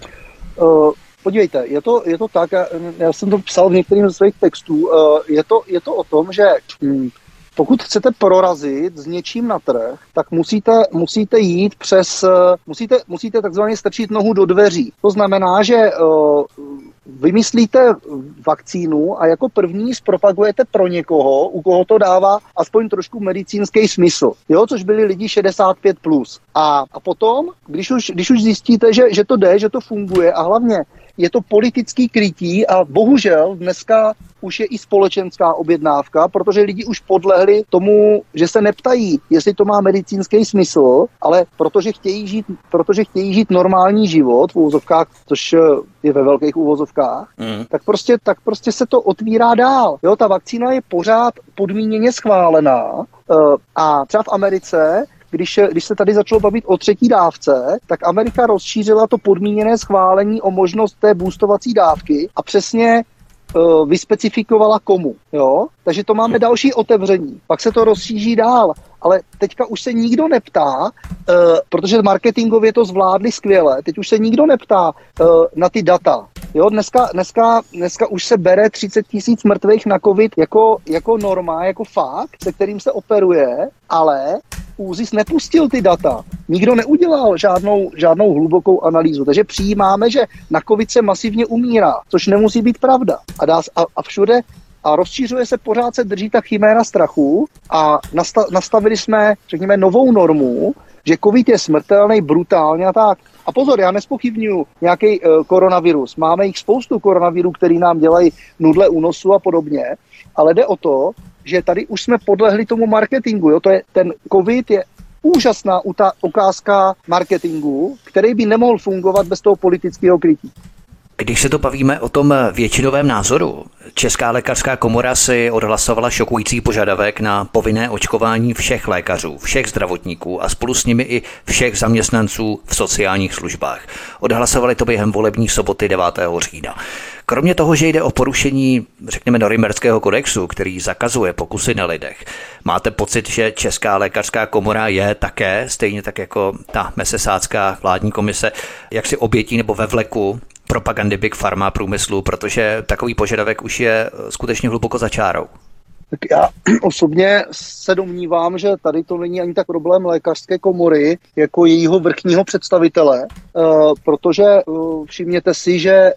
[SPEAKER 2] Podívejte, je to tak, já jsem to psal v některých ze svých textů, je to o tom, že pokud chcete prorazit s něčím na trh, tak musíte jít musíte takzvaně strčit nohu do dveří. To znamená, že vymyslíte vakcínu a jako první zpropagujete pro někoho, u koho to dává aspoň trošku medicínský smysl. Jo, což byli lidi 65+. A potom, když už zjistíte, že to jde, že to funguje a hlavně je to politický krytí a bohužel dneska už je i společenská objednávka, protože lidi už podlehli tomu, že se neptají, jestli to má medicínský smysl, ale protože chtějí žít normální život v uvozovkách, což je ve velkých uvozovkách, tak prostě se to otvírá dál. Jo, ta vakcína je pořád podmíněně schválená a třeba v Americe, když se tady začalo bavit o 3. dávce, tak Amerika rozšířila to podmíněné schválení o možnost té boostovací dávky a přesně vyspecifikovala komu. Jo? Takže to máme další otevření. Pak se to rozšíří dál. Ale teďka už se nikdo neptá, protože marketingově to zvládli skvěle, teď už se nikdo neptá na ty data. Jo, dneska už se bere 30 000 mrtvých na covid jako norma, jako fakt, se kterým se operuje, ale ÚZIS nepustil ty data. Nikdo neudělal žádnou hlubokou analýzu. Takže přijímáme, že na covid se masivně umírá, což nemusí být pravda. A všude a rozšířuje se, pořád se drží ta chiméra strachu a nastavili jsme, řekněme, novou normu, že covid je smrtelný, brutálně a tak. A pozor, já nezpochybňuji nějaký koronavirus. Máme jich spoustu koronavirů, který nám dělají nudle únosu a podobně, ale jde o to, že tady už jsme podlehli tomu marketingu. Jo? Ten covid je úžasná ukázka marketingu, který by nemohl fungovat bez toho politického krytí.
[SPEAKER 1] Když se to bavíme o tom většinovém názoru, Česká lékařská komora si odhlasovala šokující požadavek na povinné očkování všech lékařů, všech zdravotníků a spolu s nimi i všech zaměstnanců v sociálních službách. Odhlasovali to během volební soboty 9. října. Kromě toho, že jde o porušení, řekněme, Norimberského kodexu, který zakazuje pokusy na lidech, máte pocit, že Česká lékařská komora je také, stejně tak jako ta mesesácká vládní komise, jaksi obětí nebo ve vleku propagandy Big Pharma průmyslu, protože takový požadavek už je skutečně hluboko za čárou?
[SPEAKER 2] Tak já osobně se domnívám, že tady to není ani tak problém lékařské komory jako jejího vrchního představitele, protože všimněte si, že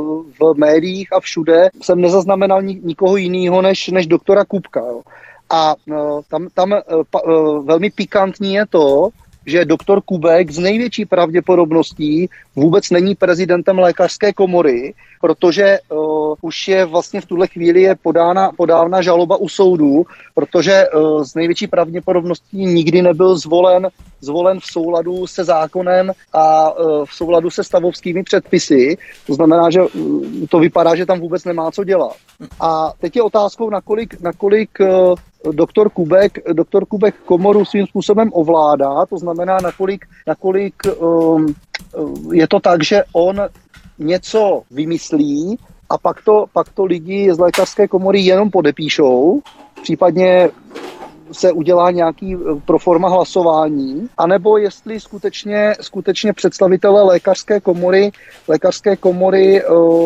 [SPEAKER 2] v médiích a všude jsem nezaznamenal nikoho jiného než doktora Kubka. Jo. A tam velmi pikantní je to, že doktor Kubek z největší pravděpodobností vůbec není prezidentem lékařské komory, protože už je vlastně v tuhle chvíli je podána žaloba u soudu, protože z největší pravděpodobností nikdy nebyl zvolen v souladu se zákonem a v souladu se stavovskými předpisy. To znamená, že to vypadá, že tam vůbec nemá co dělat. A teď je otázkou, nakolik doktor Kubek komoru svým způsobem ovládá, to znamená, nakolik je to tak, že on něco vymyslí a pak to lidi z lékařské komory jenom podepíšou, případně se udělá nějaký proforma hlasování, anebo jestli skutečně představitelé lékařské komory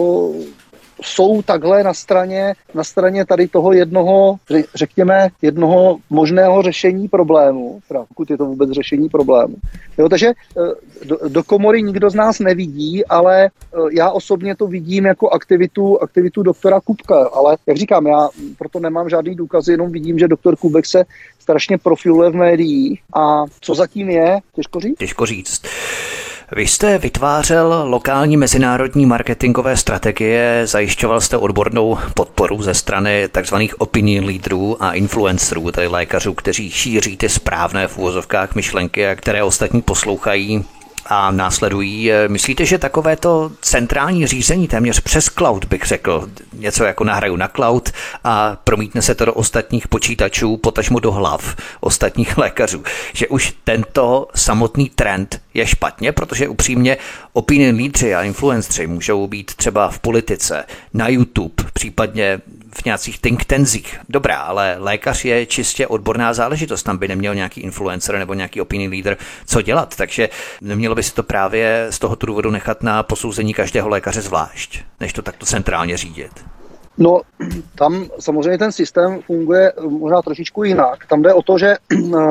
[SPEAKER 2] jsou takhle na straně tady toho jednoho možného řešení problému, pokud je to vůbec řešení problému. Jo, takže do komory nikdo z nás nevidí, ale já osobně to vidím jako aktivitu doktora Kubka, ale jak říkám, já proto nemám žádný důkaz, jenom vidím, že doktor Kubek se strašně profiluje v médiích a co zatím je, těžko říct?
[SPEAKER 1] Těžko říct. Vy jste vytvářel lokální mezinárodní marketingové strategie, zajišťoval jste odbornou podporu ze strany takzvaných opinion leaderů a influencerů, tedy lékařů, kteří šíří ty správné v uvozovkách myšlenky a které ostatní poslouchají a následují. Myslíte, že takovéto centrální řízení téměř přes cloud, bych řekl, něco jako nahraju na cloud a promítne se to do ostatních počítačů, potažmo do hlav ostatních lékařů, že už tento samotný trend je špatně, protože upřímně opinion lídři a influenceri můžou být třeba v politice, na YouTube, případně v nějakých think tancích. Dobrá, ale lékař je čistě odborná záležitost, tam by neměl nějaký influencer nebo nějaký opinion leader co dělat, takže nemělo by se to právě z tohoto důvodu nechat na posouzení každého lékaře zvlášť, než to takto centrálně řídit.
[SPEAKER 2] No, tam samozřejmě ten systém funguje možná trošičku jinak. Tam jde o to, že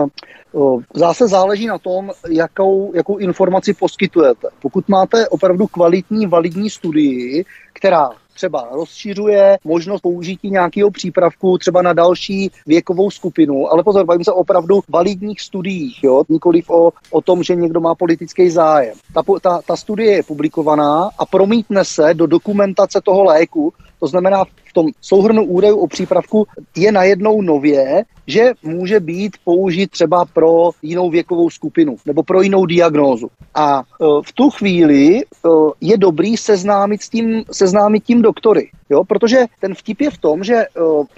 [SPEAKER 2] zase záleží na tom, jakou informaci poskytujete. Pokud máte opravdu kvalitní, validní studii, která třeba rozšiřuje možnost použití nějakého přípravku třeba na další věkovou skupinu, ale pozor, bavím se o opravdu validních studiích, jo? Nikoliv o tom, že někdo má politický zájem. Ta studie je publikovaná a promítne se do dokumentace toho léku, to znamená v tom souhrnu údajů o přípravku je najednou nově, že může být použit třeba pro jinou věkovou skupinu nebo pro jinou diagnózu. A v tu chvíli je dobrý seznámit tím doktory, jo? Protože ten vtip je v tom, že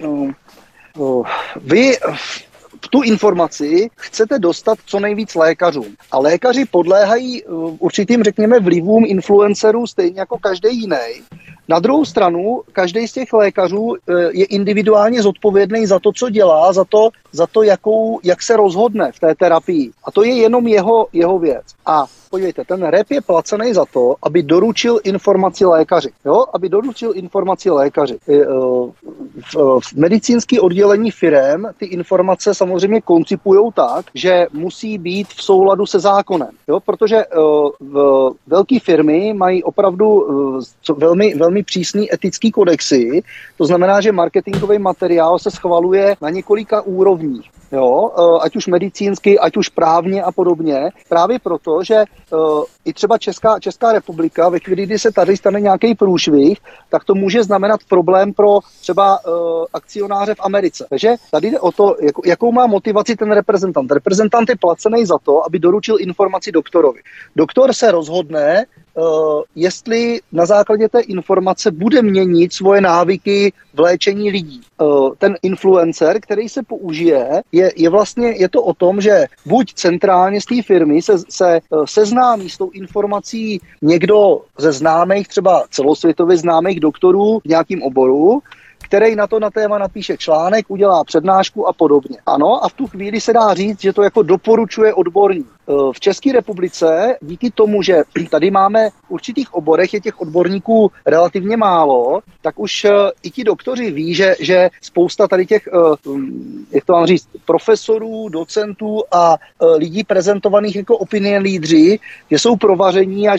[SPEAKER 2] vy tu informaci chcete dostat co nejvíc lékařům. A lékaři podléhají určitým, řekněme, vlivům influencerů stejně jako každý jiný. Na druhou stranu, každý z těch lékařů je individuálně zodpovědný za to, co dělá, za to jak se rozhodne v té terapii. A to je jenom jeho věc. A podívejte, ten rep je placený za to, aby doručil informaci lékaři. Jo? Aby doručil informaci lékaři. V medicínské oddělení firem ty informace samozřejmě koncipujou tak, že musí být v souladu se zákonem. Jo? Protože velké firmy mají opravdu velmi, velmi přísný etický kodexy. To znamená, že marketingový materiál se schvaluje na několika úrovních. Jo, ať už medicínsky, ať už právně a podobně. Právě proto, že i třeba Česká republika, ve chvíli, kdy se tady stane nějaký průšvih, tak to může znamenat problém pro třeba akcionáře v Americe. Takže tady jde o to, jakou má motivaci ten reprezentant. Reprezentant je placený za to, aby doručil informaci doktorovi. Doktor se rozhodne, jestli na základě té informace bude měnit svoje návyky v léčení lidí. Ten influencer, který se použije, je to o tom, že buď centrálně z té firmy se seznámí s tou informací někdo ze známých, třeba celosvětově známých doktorů v nějakém oboru, který na téma napíše článek, udělá přednášku a podobně. Ano, a v tu chvíli se dá říct, že to jako doporučuje odborník. V České republice díky tomu, že tady máme v určitých oborech, je těch odborníků relativně málo, tak už i ti doktoři ví, že spousta tady těch, jak to mám říct, profesorů, docentů a lidí prezentovaných jako opinion lídři, že jsou provaření a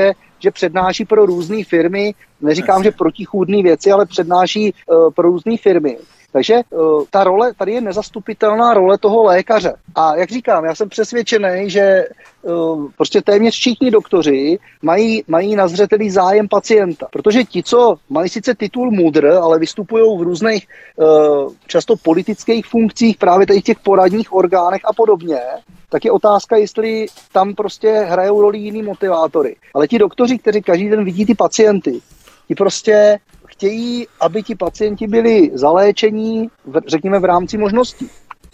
[SPEAKER 2] že přednáší pro různé firmy, neříkám, že protichůdné věci, ale přednáší pro různé firmy. Takže ta role, tady je nezastupitelná role toho lékaře. A jak říkám, já jsem přesvědčený, že prostě téměř všichni doktoři mají na zřeteli zájem pacienta. Protože ti, co mají sice titul MUDr, ale vystupují v různých často politických funkcích, právě tady v těch poradních orgánech a podobně, tak je otázka, jestli tam prostě hrajou roli jiný motivátory. Ale ti doktoři, kteří každý den vidí ty pacienty, ti prostě chtějí, aby ti pacienti byli zaléčení, řekněme, v rámci možností.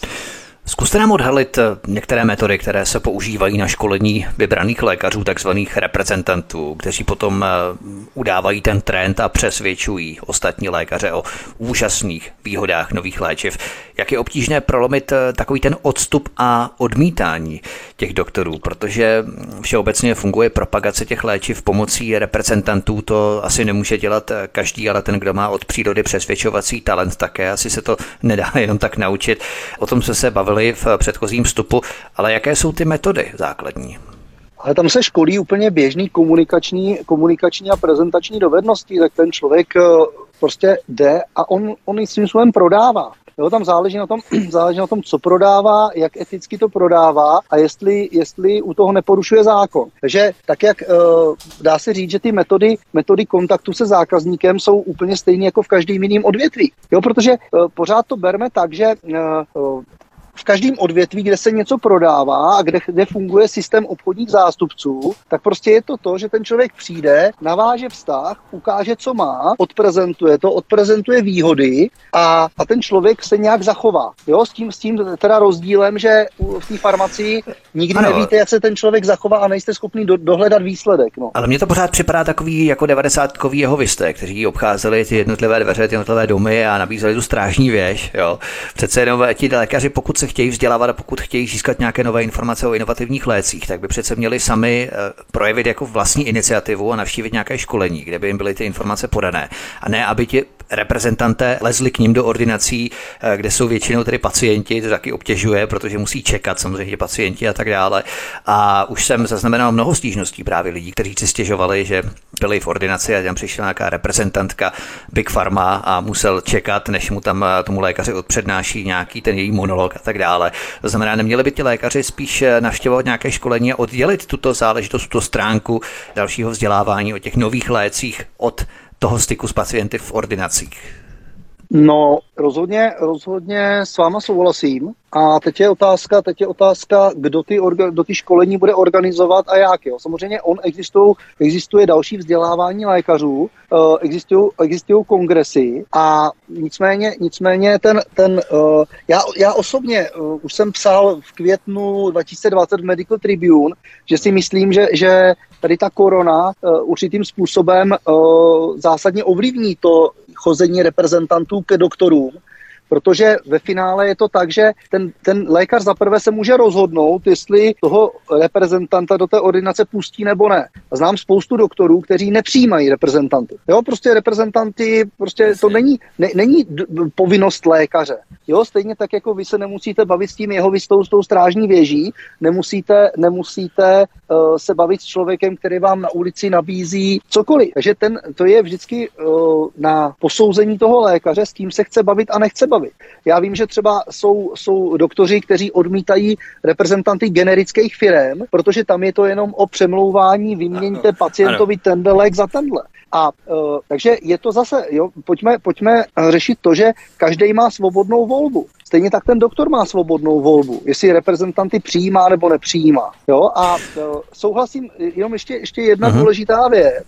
[SPEAKER 1] Zkuste nám odhalit některé metody, které se používají na školení vybraných lékařů, takzvaných reprezentantů, kteří potom udávají ten trend a přesvědčují ostatní lékaře o úžasných výhodách nových léčiv. Jak je obtížné prolomit takový ten odstup a odmítání těch doktorů, protože všeobecně funguje propagace těch léčiv pomocí reprezentantů, to asi nemůže dělat každý, ale ten, kdo má od přírody přesvědčovací talent také, asi se to nedá jenom tak naučit. O tom jsme se bavili v předchozím vstupu, ale jaké jsou ty metody základní?
[SPEAKER 2] Ale tam se školí úplně běžný komunikační a prezentační dovednosti, tak ten člověk prostě jde a on i svým způsobem prodává. Jo, tam záleží na tom, co prodává, jak eticky to prodává a jestli u toho neporušuje zákon. Takže tak, jak dá se říct, že ty metody kontaktu se zákazníkem jsou úplně stejné jako v každém jiném odvětví. Jo, protože pořád to berme tak, že v každém odvětví, kde se něco prodává a kde funguje systém obchodních zástupců, tak prostě je to, že ten člověk přijde, naváže vztah, ukáže, co má, odprezentuje výhody a ten člověk se nějak zachová. Jo, s tím teda rozdílem, že v té farmacii nikdy nevíte, jak se ten člověk zachová a nejste schopný dohledat výsledek. No.
[SPEAKER 1] Ale mně to pořád připadá takový jako 90kový jehovisté, kteří obcházeli ty jednotlivé dveře, ty jednotlivé domy a nabízeli tu strážní věž. Jo. Přece jenom ti lékaři, pokud se chtějí vzdělávat a pokud chtějí získat nějaké nové informace o inovativních lécích, tak by přece měli sami projevit jako vlastní iniciativu a navštívit nějaké školení, kde by jim byly ty informace podané. A ne, aby ti reprezentanté lezli k ním do ordinací, kde jsou většinou tedy pacienti, to taky obtěžuje, protože musí čekat samozřejmě pacienti a tak dále. A už jsem zaznamenal mnoho stížností právě lidí, kteří si stěžovali, že byli v ordinaci a tam přišla nějaká reprezentantka Big Pharma a musel čekat, než mu tam tomu lékaři odpřednáší nějaký ten její monolog a tak dále. To znamená, neměli by ti lékaři spíš navštěvovat nějaké školení a oddělit tuto záležitost, tuto stránku dalšího vzdělávání o těch nových lécích od toho styku s pacienty v ordinacích?
[SPEAKER 2] No, rozhodně s váma souhlasím. A teď je otázka, kdo ty školení bude organizovat a jak. Jo. Samozřejmě existuje další vzdělávání lékařů, existují kongresy a nicméně já osobně už jsem psal v květnu 2020 v Medical Tribune, že si myslím, že tady ta korona určitým způsobem zásadně ovlivní to chození reprezentantů ke doktorům, protože ve finále je to tak, že ten lékař zaprvé se může rozhodnout, jestli toho reprezentanta do té ordinace pustí nebo ne. A znám spoustu doktorů, kteří nepřijímají reprezentanty. Jo, prostě reprezentanty, to není povinnost lékaře. Jo, stejně tak, jako vy se nemusíte bavit s tím s tou strážní věží, nemusíte se bavit s člověkem, který vám na ulici nabízí cokoliv. Takže to je vždycky na posouzení toho lékaře, s kým se chce bavit a nechce bavit. Já vím, že třeba jsou doktoři, kteří odmítají reprezentanty generických firem, protože tam je to jenom o přemlouvání, vyměňte pacientovi tenhle lék za tenhle. A takže je to zase, jo, pojďme řešit to, že každý má svobodnou volbu. Stejně tak ten doktor má svobodnou volbu, jestli reprezentanty přijímá nebo nepřijímá. Jo? A souhlasím, jenom ještě jedna důležitá věc.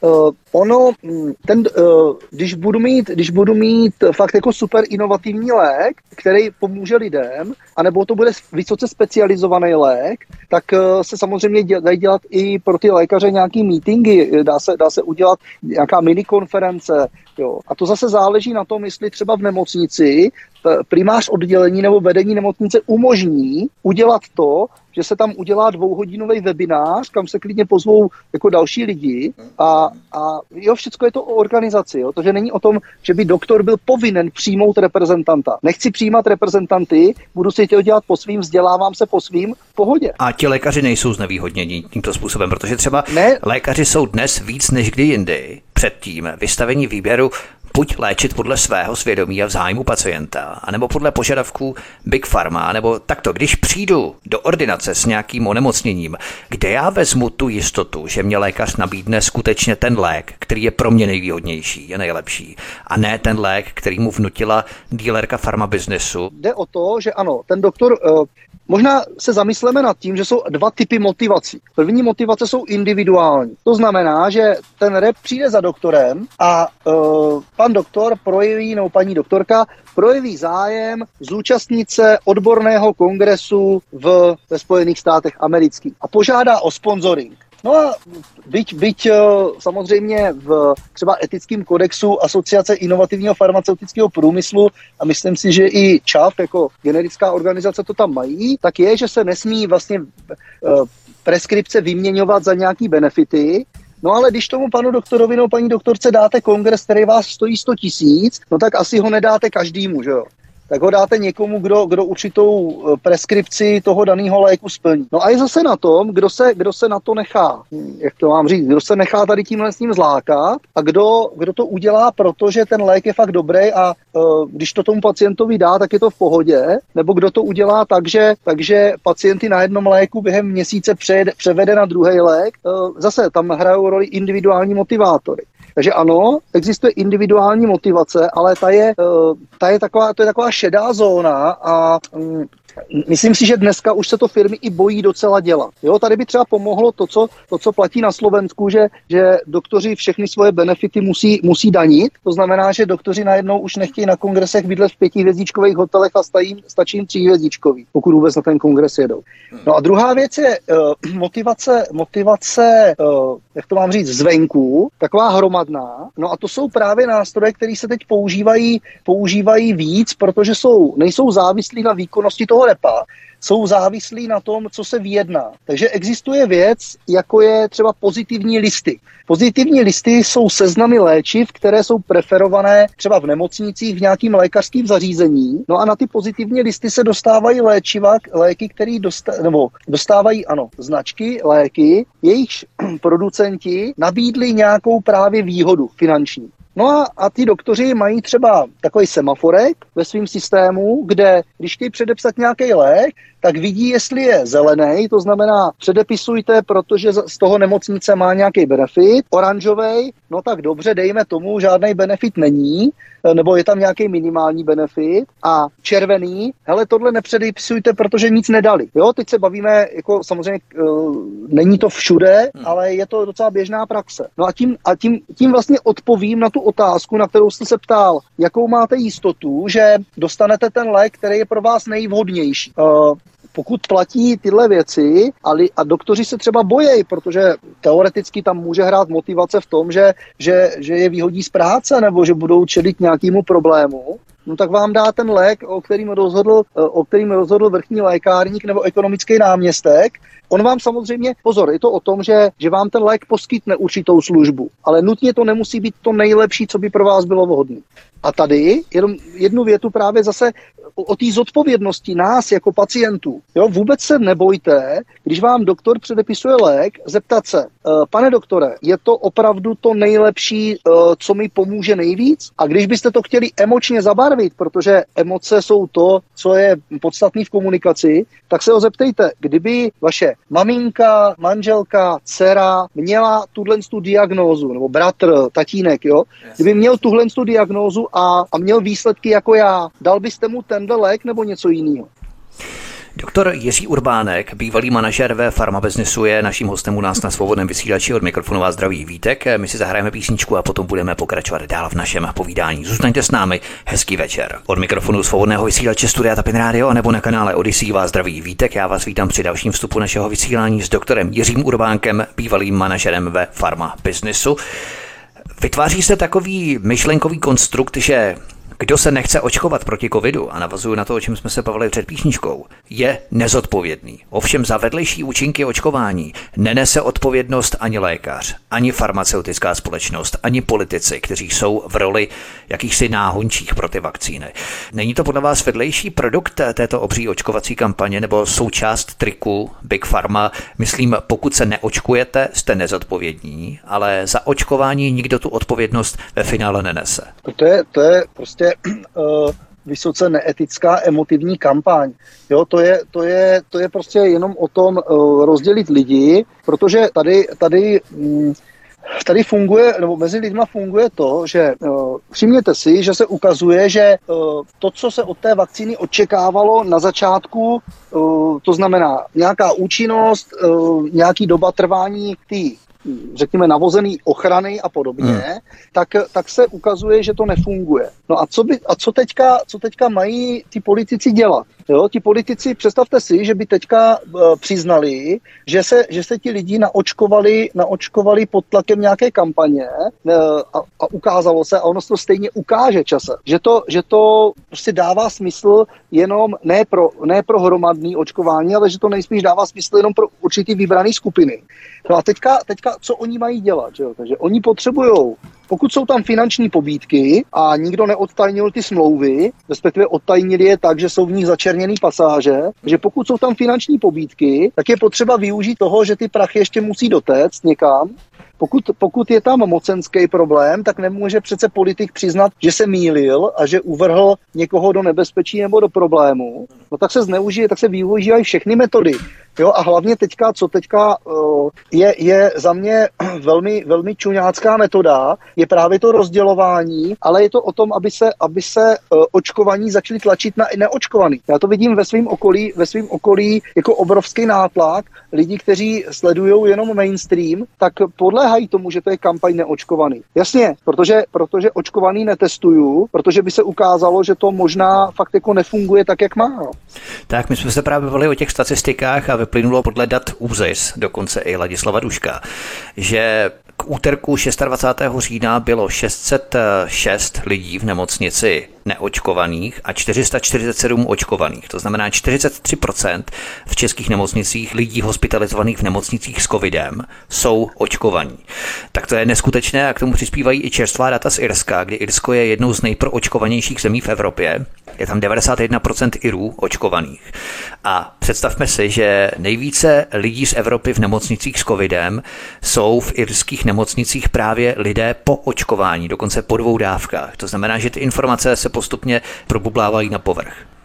[SPEAKER 2] Když budu mít fakt jako super inovativní lék, který pomůže lidem, anebo to bude vysoce specializovaný lék, tak se samozřejmě dají dělat i pro ty lékaře nějaký meetingy, dá se udělat nějaká minikonference. Jo. A to zase záleží na tom, jestli třeba v nemocnici primář oddělení nebo vedení nemocnice umožní udělat to, že se tam udělá 2hodinový webinář, kam se klidně pozvou jako další lidi a jo, všechno je to o organizaci, jo, takže není o tom, že by doktor byl povinen přijmout reprezentanta. Nechci přijímat reprezentanty, budu si to dělat po svým, vzdělávám se po svým, v pohodě.
[SPEAKER 1] A ti lékaři nejsou znevýhodněni tímto způsobem, protože třeba lékaři jsou dnes víc než kdy jindy předtím vystavení výběru buď léčit podle svého svědomí a v zájmu pacienta, anebo podle požadavků Big Pharma, nebo takto, když přijdu do ordinace s nějakým onemocněním, kde já vezmu tu jistotu, že mě lékař nabídne skutečně ten lék, který je pro mě nejvýhodnější, je nejlepší, a ne ten lék, který mu vnutila dílerka farmabiznesu.
[SPEAKER 2] Jde o to, že ano, ten doktor... Možná se zamysleme nad tím, že jsou dva typy motivací. První motivace jsou individuální. To znamená, že ten rep přijde za doktorem a pan doktor projeví, nebo paní doktorka projeví zájem zúčastnit se odborného kongresu ve Spojených státech amerických a požádá o sponsoring. No a byť samozřejmě v třeba etickém kodexu Asociace inovativního farmaceutického průmyslu, a myslím si, že i ČAF jako generická organizace to tam mají, tak je, že se nesmí vlastně preskripce vyměňovat za nějaký benefity. No ale když tomu panu doktorovi nebo paní doktorce dáte kongres, který vás stojí 100 000, no tak asi ho nedáte každému, že jo? Tak ho dáte někomu, kdo určitou preskripci toho daného léku splní. No a je zase na tom, kdo se na to nechá, jak to mám říct, kdo se nechá tady tímhle s ním zlákat a kdo to udělá, protože ten lék je fakt dobrý a když to tomu pacientovi dá, tak je to v pohodě, nebo kdo to udělá takže pacienty na jednom léku během měsíce převede na druhý lék. Zase tam hrajou roli individuální motivátory. Takže ano, existuje individuální motivace, ale to je taková šedá zóna a myslím si, že dneska už se to firmy i bojí docela dělat. Jo, tady by třeba pomohlo to, co platí na Slovensku, že doktoři všechny svoje benefity musí danit. To znamená, že doktoři najednou už nechtějí na kongresech bydlet v 5hvězdičkových hotelech a stačí jim 3hvězdičkový, pokud vůbec na ten kongres jedou. No a druhá věc je motivace, jak to mám říct, zvenku, taková hromadná. No a to jsou právě nástroje, které se teď používají víc, protože nejsou závislí na výkonnosti toho repa, jsou závislí na tom, co se vyjedná. Takže existuje věc, jako je třeba pozitivní listy. Pozitivní listy jsou seznamy léčiv, které jsou preferované třeba v nemocnicích, v nějakým lékařském zařízení. No a na ty pozitivní listy se dostávají léky, které dostávají značky, léky, jejichž producenti nabídli nějakou právě výhodu finanční. No a ty doktoři mají třeba takový semaforek ve svém systému, kde když chtějí předepsat nějaký lék, tak vidí, jestli je zelený, to znamená předepisujte, protože z toho nemocnice má nějaký benefit, oranžovej, no tak dobře, dejme tomu, žádný benefit není, nebo je tam nějaký minimální benefit, a červený, hele, tohle nepředepisujte, protože nic nedali. Jo, teď se bavíme, jako samozřejmě není to všude, ale je to docela běžná praxe. No a tím vlastně odpovím na tu otázku, na kterou jste se ptal, jakou máte jistotu, že dostanete ten lék, který je pro vás nejvhodnější. Pokud platí tyhle věci a doktoři se třeba bojejí, protože teoreticky tam může hrát motivace v tom, že je vyhodí z práce nebo že budou čelit nějakému problému, no tak vám dá ten lék, o kterým rozhodl vrchní lékárník nebo ekonomický náměstek. On vám samozřejmě, pozor, je to o tom, že vám ten lék poskytne určitou službu, ale nutně to nemusí být to nejlepší, co by pro vás bylo vhodné. A tady jenom jednu větu právě zase o té zodpovědnosti nás jako pacientů. Jo, vůbec se nebojte, když vám doktor předepisuje lék, zeptat se, pane doktore, je to opravdu to nejlepší, co mi pomůže nejvíc? A když byste to chtěli emočně zabarvit, protože emoce jsou to, co je podstatné v komunikaci, tak se ho zeptejte, kdyby vaše maminka, manželka, dcera měla tu diagnózu, nebo bratr, tatínek, jo, kdyby měl tuhle diagnózu a měl výsledky jako já, dal byste mu tenhle lék nebo něco jiného?
[SPEAKER 1] Doktor Jiří Urbánek, bývalý manažer ve farmabiznesu, je naším hostem u nás na Svobodném vysílači. Od mikrofonu vás zdraví Vítek. My si zahrajeme písničku a potom budeme pokračovat dál v našem povídání. Zůstaňte s námi, hezký večer. Od mikrofonu Svobodného vysílače Studia Tapin Radio nebo na kanále Odyssey vás zdraví Vítek. Já vás vítám při dalším vstupu našeho vysílání s doktorem Jiřím Urbánkem, bývalým manažerem ve farmabiznesu. Vytváří se takový myšlenkový konstrukt, že kdo se nechce očkovat proti covidu, a navazuju na to, o čem jsme se bavili před písničkou, je nezodpovědný. Ovšem za vedlejší účinky očkování nenese odpovědnost ani lékař, ani farmaceutická společnost, ani politici, kteří jsou v roli jakýchsi náhončích pro ty vakcíny. Není to podle vás vedlejší produkt této obří očkovací kampaně nebo součást triku Big Pharma? Myslím, pokud se neočkujete, jste nezodpovědní, ale za očkování nikdo tu odpovědnost ve finále nenese.
[SPEAKER 2] To je prostě vysoce neetická emotivní kampaň. Jo, to je prostě jenom o tom rozdělit lidi, protože tady funguje, nebo mezi lidma funguje to, že všimněte si, že se ukazuje, že to, co se od té vakcíny očekávalo na začátku, to znamená nějaká účinnost, nějaký doba trvání řekněme, navozený ochrany a podobně, tak se ukazuje, že to nefunguje. No a co teďka mají ti politici dělat? Jo, ti politici, představte si, že by teďka přiznali, že se ti lidi naočkovali pod tlakem nějaké kampaně a ukázalo se, a ono se to stejně ukáže časem, že to prostě dává smysl jenom ne pro hromadný očkování, ale že to nejspíš dává smysl jenom pro určitý vybraný skupiny. No a teďka co oni mají dělat? Že jo? Takže oni potřebujou, pokud jsou tam finanční pobídky a nikdo neodtajnil ty smlouvy, respektive odtajnili je tak, že jsou v nich začerněný pasáže, že pokud jsou tam finanční pobídky, tak je potřeba využít toho, že ty prachy ještě musí dotéct někam. Pokud je tam mocenský problém, tak nemůže přece politik přiznat, že se mýlil a že uvrhl někoho do nebezpečí nebo do problému. No tak se využívají všechny metody. Jo, a hlavně co teďka je za mě velmi, velmi čuňácká metoda, je právě to rozdělování, ale je to o tom, aby se očkovaní začali tlačit na neočkovaný. Já to vidím ve svém okolí jako obrovský nátlak lidí, kteří sledují jenom mainstream, tak podléhají tomu, že to je kampaň neočkovaný. Jasně, protože očkovaný netestuju, protože by se ukázalo, že to možná fakt jako nefunguje tak, jak má. No.
[SPEAKER 1] Tak my jsme se právě bavili o těch statistikách a vyplynulo podle dat ÚZIS, dokonce i Ladislava Duška, že k úterku 26. října bylo 606 lidí v nemocnici neočkovaných a 447 očkovaných. To znamená 43% v českých nemocnicích lidí hospitalizovaných v nemocnicích s covidem jsou očkovaní. Tak to je neskutečné a k tomu přispívají i čerstvá data z Irska, kdy Irsko je jednou z nejproočkovanějších zemí v Evropě. Je tam 91% Irů očkovaných. A představme si, že nejvíce lidí z Evropy v nemocnicích s covidem jsou v irských nemocnicích právě lidé po očkování, dokonce po 2 dávkách. To znamená, že ty informace se postupně probublávají na povrch.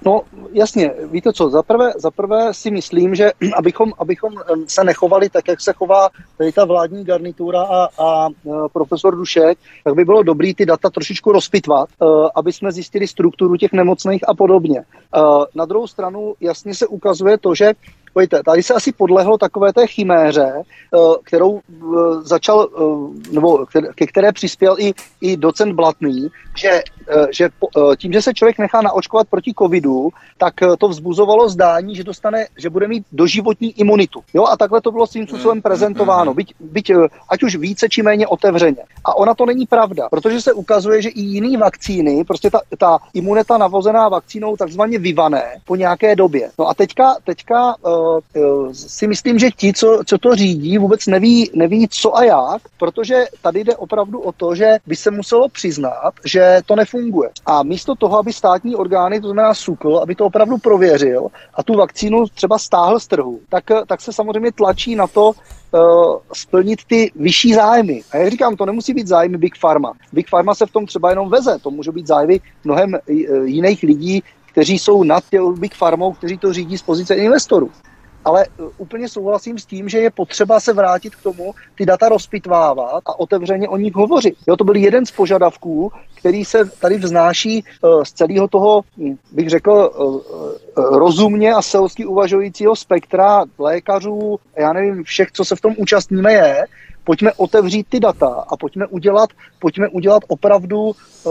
[SPEAKER 2] No jasně, víte co, zaprvé si myslím, že abychom se nechovali tak, jak se chová tady ta vládní garnitura a profesor Dušek, tak by bylo dobré ty data trošičku rozpitvat, aby jsme zjistili strukturu těch nemocných a podobně. Na druhou stranu jasně se ukazuje to, že pojďte, tady se asi podlehlo takové té chiméře, kterou začal, nebo ke které přispěl i docent Blatný, že tím, že se člověk nechá naočkovat proti covidu, tak to vzbuzovalo zdání, že bude mít doživotní imunitu. Jo, a takhle to bylo svým způsobem prezentováno, byť ať už více či méně otevřeně. A ona to není pravda, protože se ukazuje, že i jiný vakcíny, prostě ta imunita navozená vakcínou takzvaně vyvané po nějaké době. No a teďka si myslím, že ti, co to řídí, vůbec neví co a jak, protože tady jde opravdu o to, že by se muselo přiznat, že to nefunguje. A místo toho, aby státní orgány, to znamená SÚKL, aby to opravdu prověřil a tu vakcínu třeba stáhl z trhu, tak se samozřejmě tlačí na to splnit ty vyšší zájmy. A jak říkám, to nemusí být zájmy Big Pharma. Big Pharma se v tom třeba jenom veze, to může být zájmy mnohem jiných lidí, kteří jsou nad Big Pharmou, kteří to řídí z pozice investorů. Ale úplně souhlasím s tím, že je potřeba se vrátit k tomu, ty data rozpitvávat a otevřeně o nich hovořit. Jo, to byl jeden z požadavků, který se tady vznáší z celého toho, bych řekl, rozumně a selsky uvažujícího spektra lékařů, já nevím, všech, co se v tom účastníme je, pojďme otevřít ty data a pojďme udělat opravdu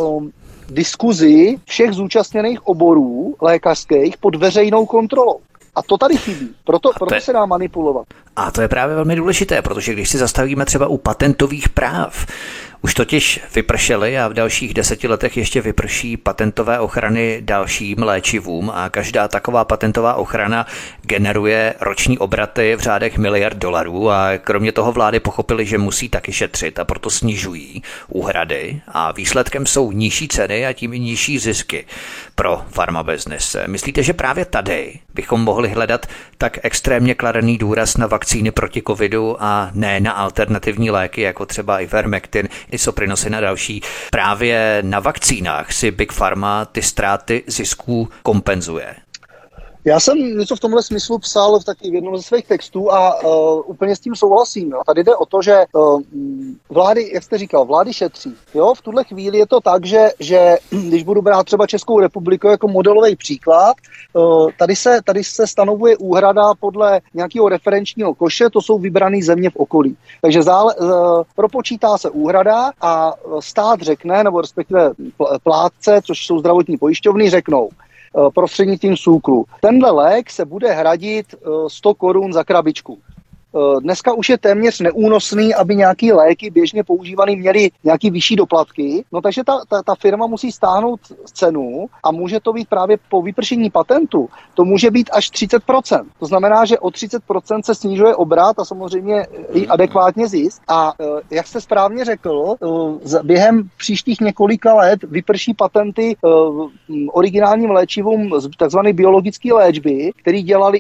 [SPEAKER 2] diskuzi všech zúčastněných oborů lékařských pod veřejnou kontrolou. A to tady chybí, proto se dá manipulovat.
[SPEAKER 1] A to je právě velmi důležité, protože když si zastavíme třeba u patentových práv, už totiž vypršely a v dalších 10 letech ještě vyprší patentové ochrany dalším léčivům a každá taková patentová ochrana generuje roční obraty v řádech miliard dolarů a kromě toho vlády pochopily, že musí taky šetřit a proto snižují úhrady a výsledkem jsou nižší ceny a tím i nižší zisky pro pharma business. Myslíte, že právě tady bychom mohli hledat tak extrémně kladený důraz na vakcíny proti covidu a ne na alternativní léky, jako třeba Ivermectin, Isoprinosin a další? Právě na vakcínách si Big Pharma ty ztráty zisků kompenzuje.
[SPEAKER 2] Já jsem něco v tomhle smyslu psal taky v jednom ze svých textů a úplně s tím souhlasím. Jo. Tady jde o to, že vlády, jak jste říkal, vlády šetří. Jo. V tuhle chvíli je to tak, že když budu brát třeba Českou republiku jako modelový příklad, tady se stanovuje úhrada podle nějakého referenčního koše, to jsou vybrané země v okolí. Takže propočítá se úhrada a stát řekne, nebo respektive plátce, což jsou zdravotní pojišťovny, řeknou, prostřednictvím SÚKLu. Tenhle lék se bude hradit 100 korun za krabičku. Dneska už je téměř neúnosný, aby nějaký léky běžně používaný měly nějaký vyšší doplatky, no takže ta firma musí stáhnout cenu a může to být právě po vypršení patentu, to může být až 30%. To znamená, že o 30% se snižuje obrat a samozřejmě i adekvátně zisk. A jak jste správně řekl, během příštích několika let vyprší patenty originálním léčivům takzvané biologické léčby, které dělali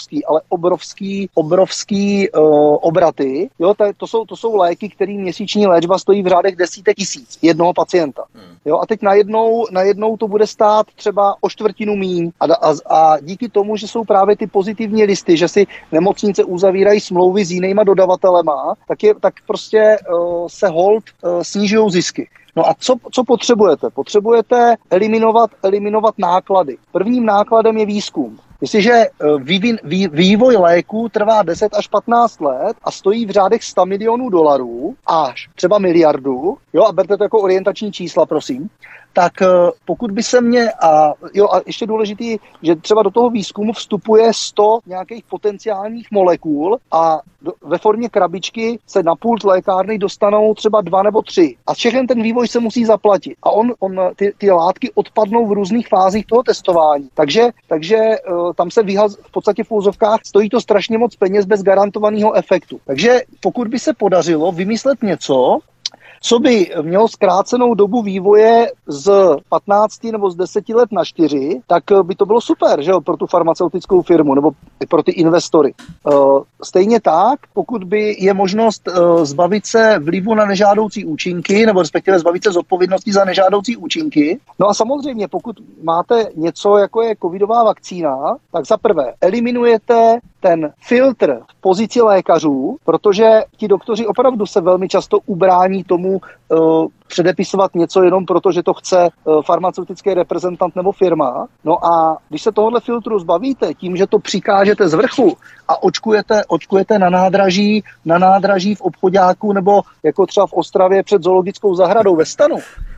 [SPEAKER 2] obrovský obraty. Jo, to jsou léky, které měsíční léčba stojí v řádech desítek tisíc jednoho pacienta. Jo, a teď najednou to bude stát třeba o čtvrtinu míň. A díky tomu, že jsou právě ty pozitivní listy, že si nemocnice uzavírají smlouvy s jinýma dodavatelema, tak prostě se hold snižují zisky. No a co potřebujete? Potřebujete eliminovat náklady. Prvním nákladem je výzkum. Jestliže vývoj léku trvá 10 až 15 let a stojí v řádech 100 milionů dolarů až třeba miliardu, jo, a berte to jako orientační čísla, prosím, tak pokud by se a ještě důležitý, že třeba do toho výzkumu vstupuje 100 nějakých potenciálních molekul a ve formě krabičky se na pult lékárny dostanou třeba 2 nebo 3. A všechen ten vývoj se musí zaplatit. A ty látky odpadnou v různých fázích toho testování. Takže tam se v podstatě v úzovkách stojí to strašně moc peněz bez garantovaného efektu. Takže pokud by se podařilo vymyslet něco, co by mělo zkrácenou dobu vývoje z 15 nebo z 10 let na 4, tak by to bylo super, že jo, pro tu farmaceutickou firmu nebo pro ty investory. Stejně tak, pokud by je možnost zbavit se vlivu na nežádoucí účinky, nebo respektive zbavit se zodpovědnosti za nežádoucí účinky. No a samozřejmě, pokud máte něco, jako je covidová vakcína, tak za prvé eliminujete ten filtr v pozici lékařů, protože ti doktoři opravdu se velmi často ubrání tomu předepisovat něco jenom proto, že to chce farmaceutický reprezentant nebo firma. No a když se tohohle filtru zbavíte tím, že to přikážete z vrchu a očkujete na nádraží v obchoďáku nebo jako třeba v Ostravě před zoologickou zahradou ve stanu,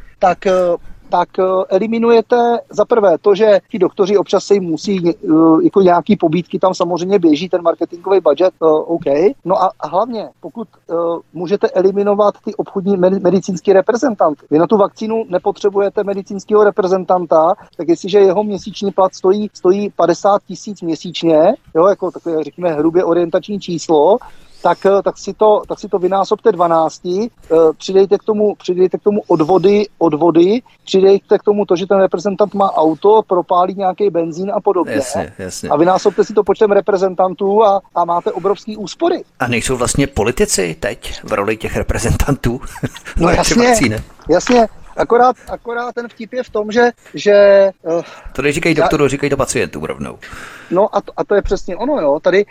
[SPEAKER 2] tak eliminujete za prvé to, že ti doktoři občas se jim musí, jako nějaký pobídky tam samozřejmě běží, ten marketingový budget, OK. No a hlavně, pokud můžete eliminovat ty obchodní medicínský reprezentanty. Vy na tu vakcínu nepotřebujete medicínského reprezentanta, tak jestliže jeho měsíční plat stojí 50 000 měsíčně, jo, jako takové, řekněme, hrubě orientační číslo, tak si to vynásobte 12, přidejte k tomu odvody, přidejte k tomu to, že ten reprezentant má auto, propálí nějaký benzín a podobně.
[SPEAKER 1] Jasně.
[SPEAKER 2] A vynásobte si to počtem reprezentantů a máte obrovský úspory.
[SPEAKER 1] A nejsou vlastně politici teď v roli těch reprezentantů?
[SPEAKER 2] No jasně. Akorát ten vtip je v tom, že
[SPEAKER 1] to neříkají doktoru, říkají to pacientům rovnou.
[SPEAKER 2] No a to je přesně ono, jo. Tady,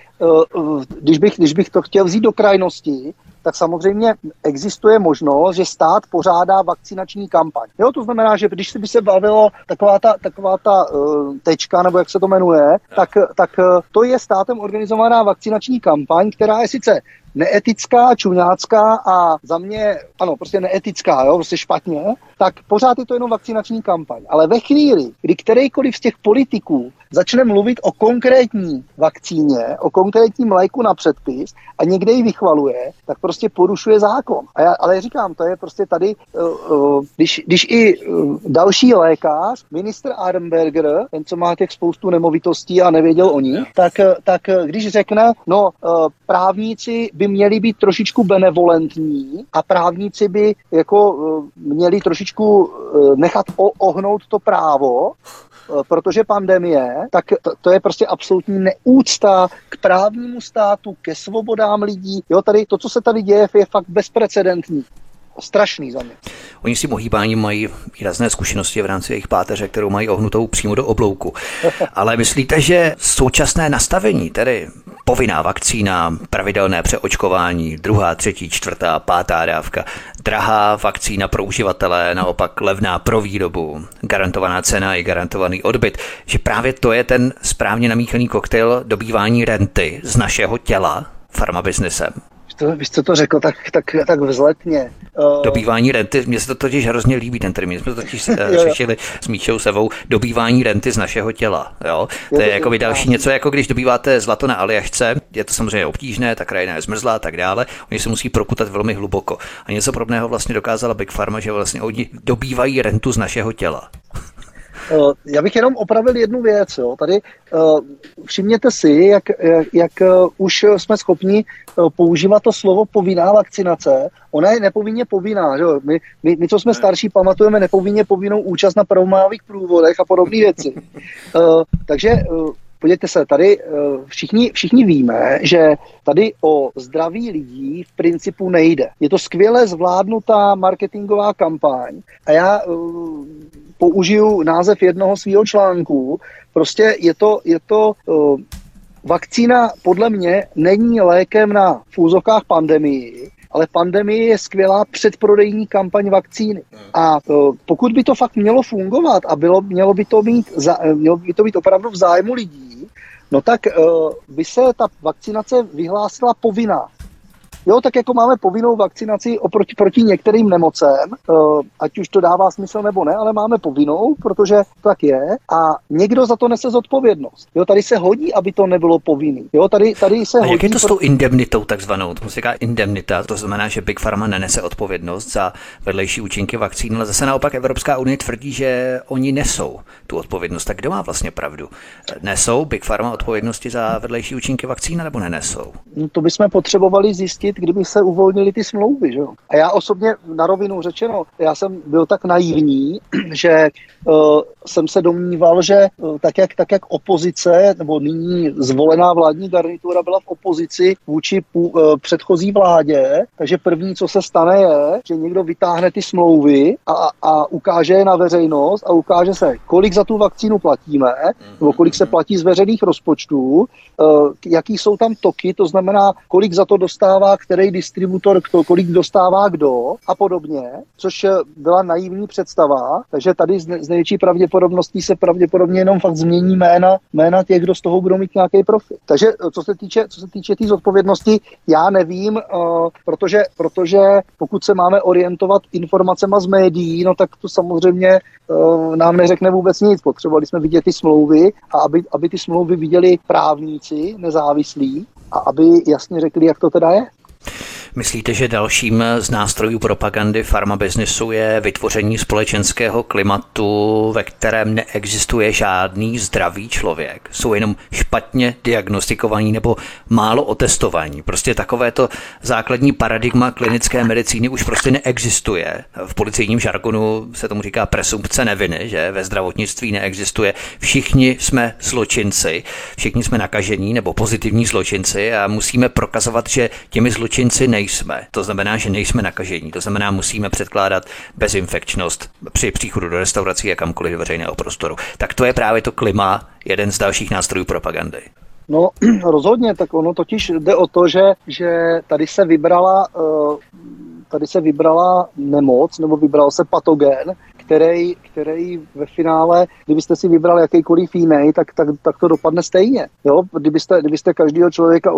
[SPEAKER 2] když bych to chtěl vzít do krajnosti, tak samozřejmě existuje možnost, že stát pořádá vakcinační kampaň. Jo, to znamená, že když by se bavilo taková ta tečka, nebo jak se to jmenuje, tak to je státem organizovaná vakcinační kampaň, která je sice neetická, čuňácká a za mě, ano, prostě neetická, jo, prostě špatně, tak pořád je to jenom vakcinační kampaň. Ale ve chvíli, kdy kterýkoliv z těch politiků začne mluvit o konkrétní vakcíně, o konkrétním léku na předpis a někde ji vychvaluje, tak prostě porušuje zákon. Ale říkám, to je prostě tady, když i další lékař, ministr Arenberger, ten, co má těch spoustu nemovitostí a nevěděl o nich, tak když řekne, právníci by měli být trošičku benevolentní a právníci by jako měli trošičku nechat ohnout to právo, protože pandemie, tak to je prostě absolutní neúcta k právnímu státu, ke svobodám lidí. Jo, tady to, co se tady děje, je fakt bezprecedentní. Strašný za mě.
[SPEAKER 1] Oni s tím ohýbáním mají výrazné zkušenosti v rámci jejich páteře, kterou mají ohnutou přímo do oblouku. Ale myslíte, že současné nastavení, tedy povinná vakcína, pravidelné přeočkování, 2., 3., 4., 5. dávka, drahá vakcína pro uživatele, naopak levná pro výrobu, garantovaná cena i garantovaný odbyt, že právě to je ten správně namíchaný koktejl dobývání renty z našeho těla farmabiznesem?
[SPEAKER 2] Vy jste to řekl tak vzletně.
[SPEAKER 1] Dobývání renty, mně se to totiž hrozně líbí, ten termín. Jsme to totiž řešili s Míšou Sevou, dobývání renty z našeho těla. Jo? To je jako další něco, jako když dobýváte zlato na Aljašce, je to samozřejmě obtížné, ta krajina je zmrzlá a tak dále, oni se musí prokutat velmi hluboko. A něco podobného vlastně dokázala Big Pharma, že vlastně oni dobývají rentu z našeho těla.
[SPEAKER 2] Já bych jenom opravil jednu věc. Jo. Tady všimněte si, jak už jsme schopni používat to slovo povinná vakcinace. Ona je nepovinně povinná. Že? My, co jsme starší, pamatujeme nepovinně povinnou účast na prvomálových průvodech a podobné věci. Takže podívejte se, tady všichni víme, že tady o zdraví lidí v principu nejde. Je to skvěle zvládnutá marketingová kampaň a já použiju název jednoho svého článku. Prostě je to vakcína podle mě není lékem na v úzovkách pandemii, ale pandemie je skvělá předprodejní kampaň vakcíny. A pokud by to fakt mělo fungovat a mělo by to být opravdu v zájmu lidí, no tak by se ta vakcinace vyhlásila povinná. Jo, tak jako máme povinnou vakcinaci proti některým nemocem, ať už to dává smysl nebo ne, ale máme povinnou, protože to tak je a někdo za to nese zodpovědnost. Jo, tady se hodí, aby to nebylo povinný. Jo, tady se
[SPEAKER 1] a
[SPEAKER 2] hodí.
[SPEAKER 1] jak je to s tou indemnitou takzvanou? To se říká indemnita, to znamená, že Big Pharma nenese odpovědnost za vedlejší účinky vakcín, ale zase naopak Evropská unie tvrdí, že oni nesou tu odpovědnost. Tak kdo má vlastně pravdu? Nesou Big Pharma odpovědnosti za vedlejší účinky vakcín nebo nenesou?
[SPEAKER 2] No, to bychom potřebovali zjistit, kdyby se uvolnili ty smlouvy. Že? A já osobně na rovinu řečeno, já jsem byl tak naivní, že jsem se domníval, že tak jak opozice, nebo nyní zvolená vládní garnitura byla v opozici vůči předchozí vládě, takže první, co se stane, je, že někdo vytáhne ty smlouvy a ukáže je na veřejnost a ukáže se, kolik za tu vakcínu platíme, nebo kolik se platí z veřejných rozpočtů, jaký jsou tam toky, to znamená, kolik za to dostává který distributor, kolik dostává kdo a podobně, což byla naivní představa, takže tady z největší pravděpodobností se pravděpodobně jenom fakt změní jména těch, kdo z toho budou mít nějaký profit. Takže co se týče té zodpovědnosti, já nevím, protože pokud se máme orientovat informacema z médií, no tak to samozřejmě nám neřekne vůbec nic. Potřebovali jsme vidět ty smlouvy a aby ty smlouvy viděli právníci nezávislí a aby jasně řekli, jak to teda je.
[SPEAKER 1] Myslíte, že dalším z nástrojů propagandy farmabiznesu je vytvoření společenského klimatu, ve kterém neexistuje žádný zdravý člověk? Jsou jenom špatně diagnostikovaní nebo málo otestovaní. Prostě takovéto základní paradigma klinické medicíny už prostě neexistuje. V policejním žargonu se tomu říká presumpce neviny, že ve zdravotnictví neexistuje. Všichni jsme zločinci, všichni jsme nakažení nebo pozitivní zločinci a musíme prokazovat, že těmi zločinci nejsme. To znamená, že nejsme nakažení. To znamená, musíme předkládat bezinfekčnost při příchodu do restaurací a kamkoliv do veřejného prostoru. Tak to je právě to klima, jeden z dalších nástrojů propagandy.
[SPEAKER 2] No rozhodně, tak ono totiž jde o to, že tady se vybrala nemoc, nebo vybral se patogen, který ve finále, kdybyste si vybral jakýkoliv jiný, tak to dopadne stejně. Jo? Kdybyste každého člověka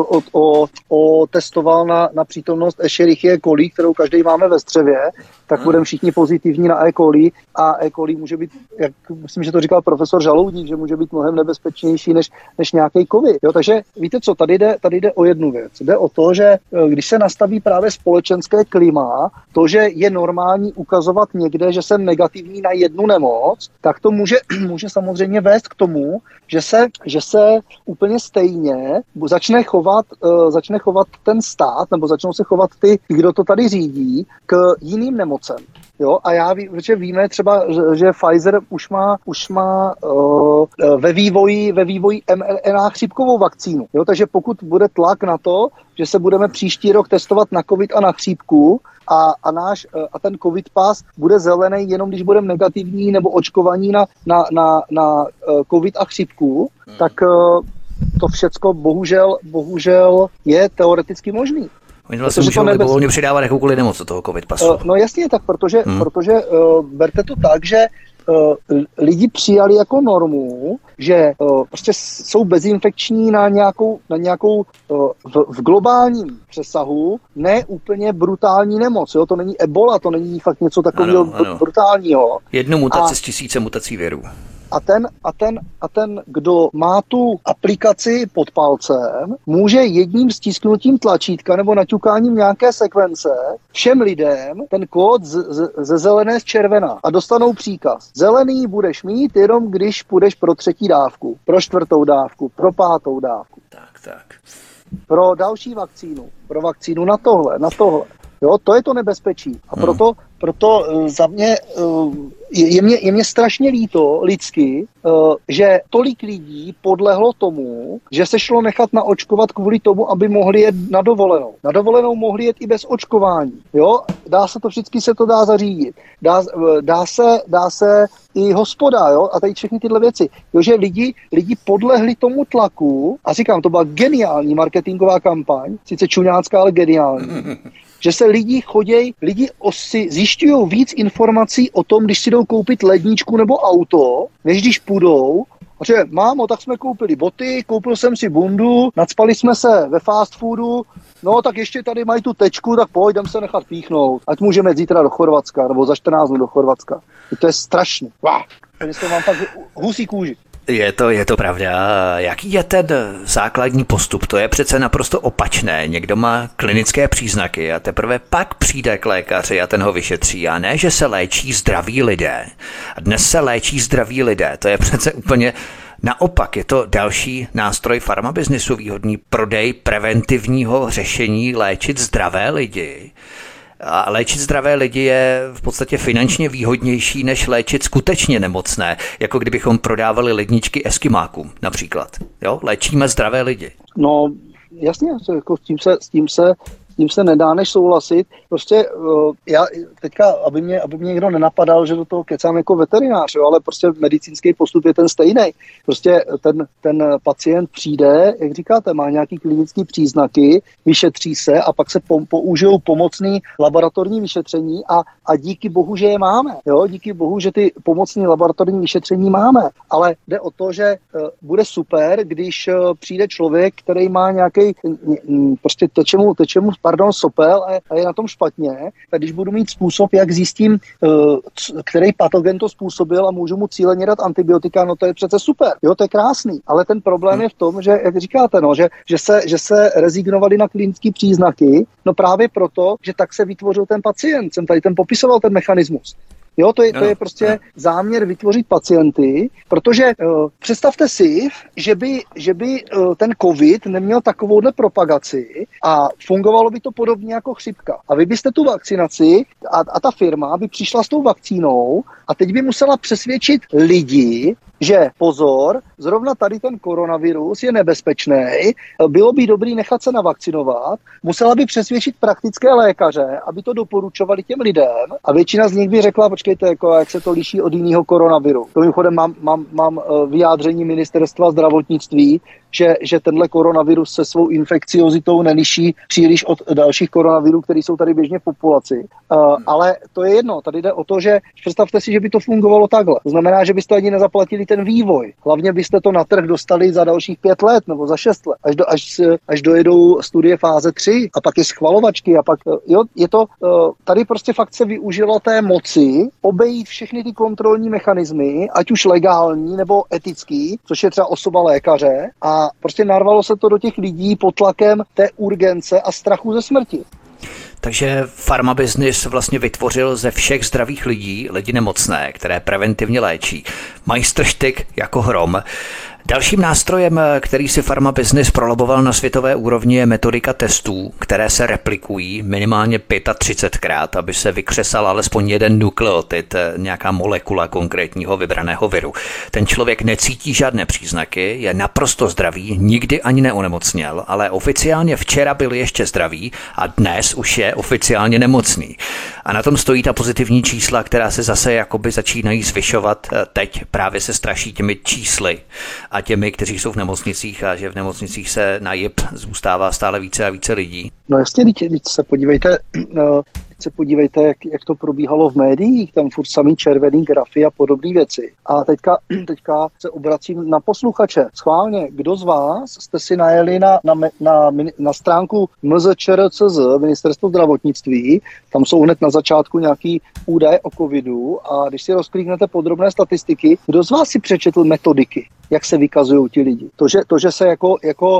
[SPEAKER 2] otestoval na přítomnost Escherichie coli, kterou každý máme ve střevě, tak budeme všichni pozitivní na E. coli a E. coli může být, jak myslím, že to říkal profesor Žaloudník, že může být mnohem nebezpečnější než nějaký covid. Jo? Takže víte co, tady jde o jednu věc. Jde o to, že když se nastaví právě společenské klima, to, že je normální ukazovat někde, že jsem negativní na jednu nemoc, tak to může samozřejmě vést k tomu, že se úplně stejně začne chovat ten stát, nebo začnou se chovat ty, kdo to tady řídí, k jiným nemocem. Jo, a protože víme třeba, že Pfizer už má ve vývoji mRNA chřipkovou vakcínu. Jo, takže pokud bude tlak na to, že se budeme příští rok testovat na covid a na chřipku a ten covid pas bude zelený jenom když budeme negativní nebo očkovaní na covid a chřipku, tak to všecko bohužel je teoreticky možný.
[SPEAKER 1] Oni vlastně můžou libovolně přidávat jakoukoliv nemoc do toho covid pasu.
[SPEAKER 2] No jasně, tak protože berte to tak, že lidi přijali jako normu, že prostě jsou bezinfekční na nějakou v globálním přesahu ne úplně brutální nemoc. Jo? To není ebola, to není fakt něco takového brutálního.
[SPEAKER 1] Jednu mutaci z 1000 mutací virů.
[SPEAKER 2] A ten, kdo má tu aplikaci pod palcem, může jedním stisknutím tlačítka nebo naťukáním nějaké sekvence všem lidem ten kód ze zelené z červená a dostanou příkaz. Zelený budeš mít jenom když půjdeš pro 3. dávku, pro 4. dávku, pro 5. dávku.
[SPEAKER 1] Tak.
[SPEAKER 2] Pro další vakcínu, pro vakcínu na tohle. Jo, to je to nebezpečí. A proto za mě je mě strašně líto lidsky, že tolik lidí podlehlo tomu, že se šlo nechat naočkovat kvůli tomu, aby mohli jet na dovolenou. Na dovolenou mohli jet i bez očkování. Jo? Vždycky se to dá zařídit. Dá se i hospoda, jo? A tady všechny tyhle věci. Jo, že lidi podlehli tomu tlaku, a říkám, to byla geniální marketingová kampaň, sice čuňácká, ale geniální. Že se lidi si zjišťují víc informací o tom, když si jdou koupit ledničku nebo auto, než když půjdou. A že mámo, tak jsme koupili boty, koupil jsem si bundu, nacpali jsme se ve fast foodu, no tak ještě tady mají tu tečku, tak pojďme se nechat píchnout, ať můžeme jít zítra do Chorvatska, nebo za 14 dnů do Chorvatska. To je strašné. Tady mám fakt husí kůži.
[SPEAKER 1] Je to pravda. Jaký je ten základní postup? To je přece naprosto opačné. Někdo má klinické příznaky a teprve pak přijde k lékaři a ten ho vyšetří. A ne, že se léčí zdraví lidé. A dnes se léčí zdraví lidé. To je přece úplně Naopak je to další nástroj farmabiznisu, výhodný prodej preventivního řešení léčit zdravé lidi. A léčit zdravé lidi je v podstatě finančně výhodnější, než léčit skutečně nemocné, jako kdybychom prodávali ledničky Eskimákům například. Jo? Léčíme zdravé lidi.
[SPEAKER 2] No jasně, jako s tím se nedá než souhlasit. Prostě já teďka, aby mě někdo nenapadal, že do toho kecám jako veterinář, jo, ale prostě medicínský postup je ten stejný. Prostě ten pacient přijde, jak říkáte, má nějaký klinický příznaky, vyšetří se a pak se použijou pomocný laboratorní vyšetření a díky bohu, že je máme. Jo? Díky bohu, že ty pomocný laboratorní vyšetření máme. Ale jde o to, že bude super, když přijde člověk, který má nějaký prostě tečemu sopel a je na tom špatně, tak když budu mít způsob, jak zjistím, který patogen to způsobil a můžu mu cíleně dát antibiotika, no to je přece super, jo, to je krásný. Ale ten problém je v tom, že, jak říkáte, no, že se rezignovali na klinické příznaky, no právě proto, že tak se vytvořil ten pacient. Jsem tady popisoval ten mechanismus. Jo, to je prostě záměr vytvořit pacienty, protože představte si, že by ten covid neměl takovouhle propagaci a fungovalo by to podobně jako chřipka. A vy byste tu vakcinaci a ta firma by přišla s tou vakcínou a teď by musela přesvědčit lidi, že pozor, zrovna tady ten koronavirus je nebezpečný, bylo by dobrý nechat se navakcinovat, musela by přesvědčit praktické lékaře, aby to doporučovali těm lidem a většina z nich by řekla, počkejte, jako, jak se to liší od jiného koronaviru. Mimochodem mám vyjádření ministerstva zdravotnictví, že tenhle koronavirus se svou infekciozitou neliší příliš od dalších koronavirů, které jsou tady běžně v populaci. Ale to je jedno, tady jde o to, že představte si, že by to fungovalo takhle. To znamená, že byste ani nezaplatili ten vývoj. Hlavně byste to na trh dostali za dalších 5 let nebo za 6 let, až dojedou studie fáze 3 a pak je schvalovačky a pak, jo, je to, tady prostě fakt se využilo té moci obejít všechny ty kontrolní mechanismy, ať už legální nebo etický, což je třeba osoba lékaře a prostě narvalo se to do těch lidí pod tlakem té urgence a strachu ze smrti.
[SPEAKER 1] Takže farmabiznis vlastně vytvořil ze všech zdravých lidí lidi nemocné, které preventivně léčí. Majstrštyk jako hrom. Dalším nástrojem, který si farmabiznis proloboval na světové úrovni, je metodika testů, které se replikují minimálně 35krát, aby se vykřesal alespoň jeden nukleotid, nějaká molekula konkrétního vybraného viru. Ten člověk necítí žádné příznaky, je naprosto zdravý, nikdy ani neonemocněl, ale oficiálně včera byl ještě zdravý a dnes už je oficiálně nemocný. A na tom stojí ta pozitivní čísla, která se zase jakoby začínají zvyšovat. Teď právě se straší těmi čísly a těmi, kteří jsou v nemocnicích a že v nemocnicích se na JIP zůstává stále více a více lidí.
[SPEAKER 2] No jasně, teď se podívejte, jak to probíhalo v médiích, tam furt samý červený grafy a podobné věci. A teďka se obracím na posluchače. Schválně, kdo z vás jste si najeli na stránku MZČRCZ, Ministerstvo zdravotnictví, tam jsou hned na začátku nějaký údaje o covidu a když si rozkliknete podrobné statistiky, kdo z vás si přečetl metodiky, jak se vykazují ti lidi? To, že se jako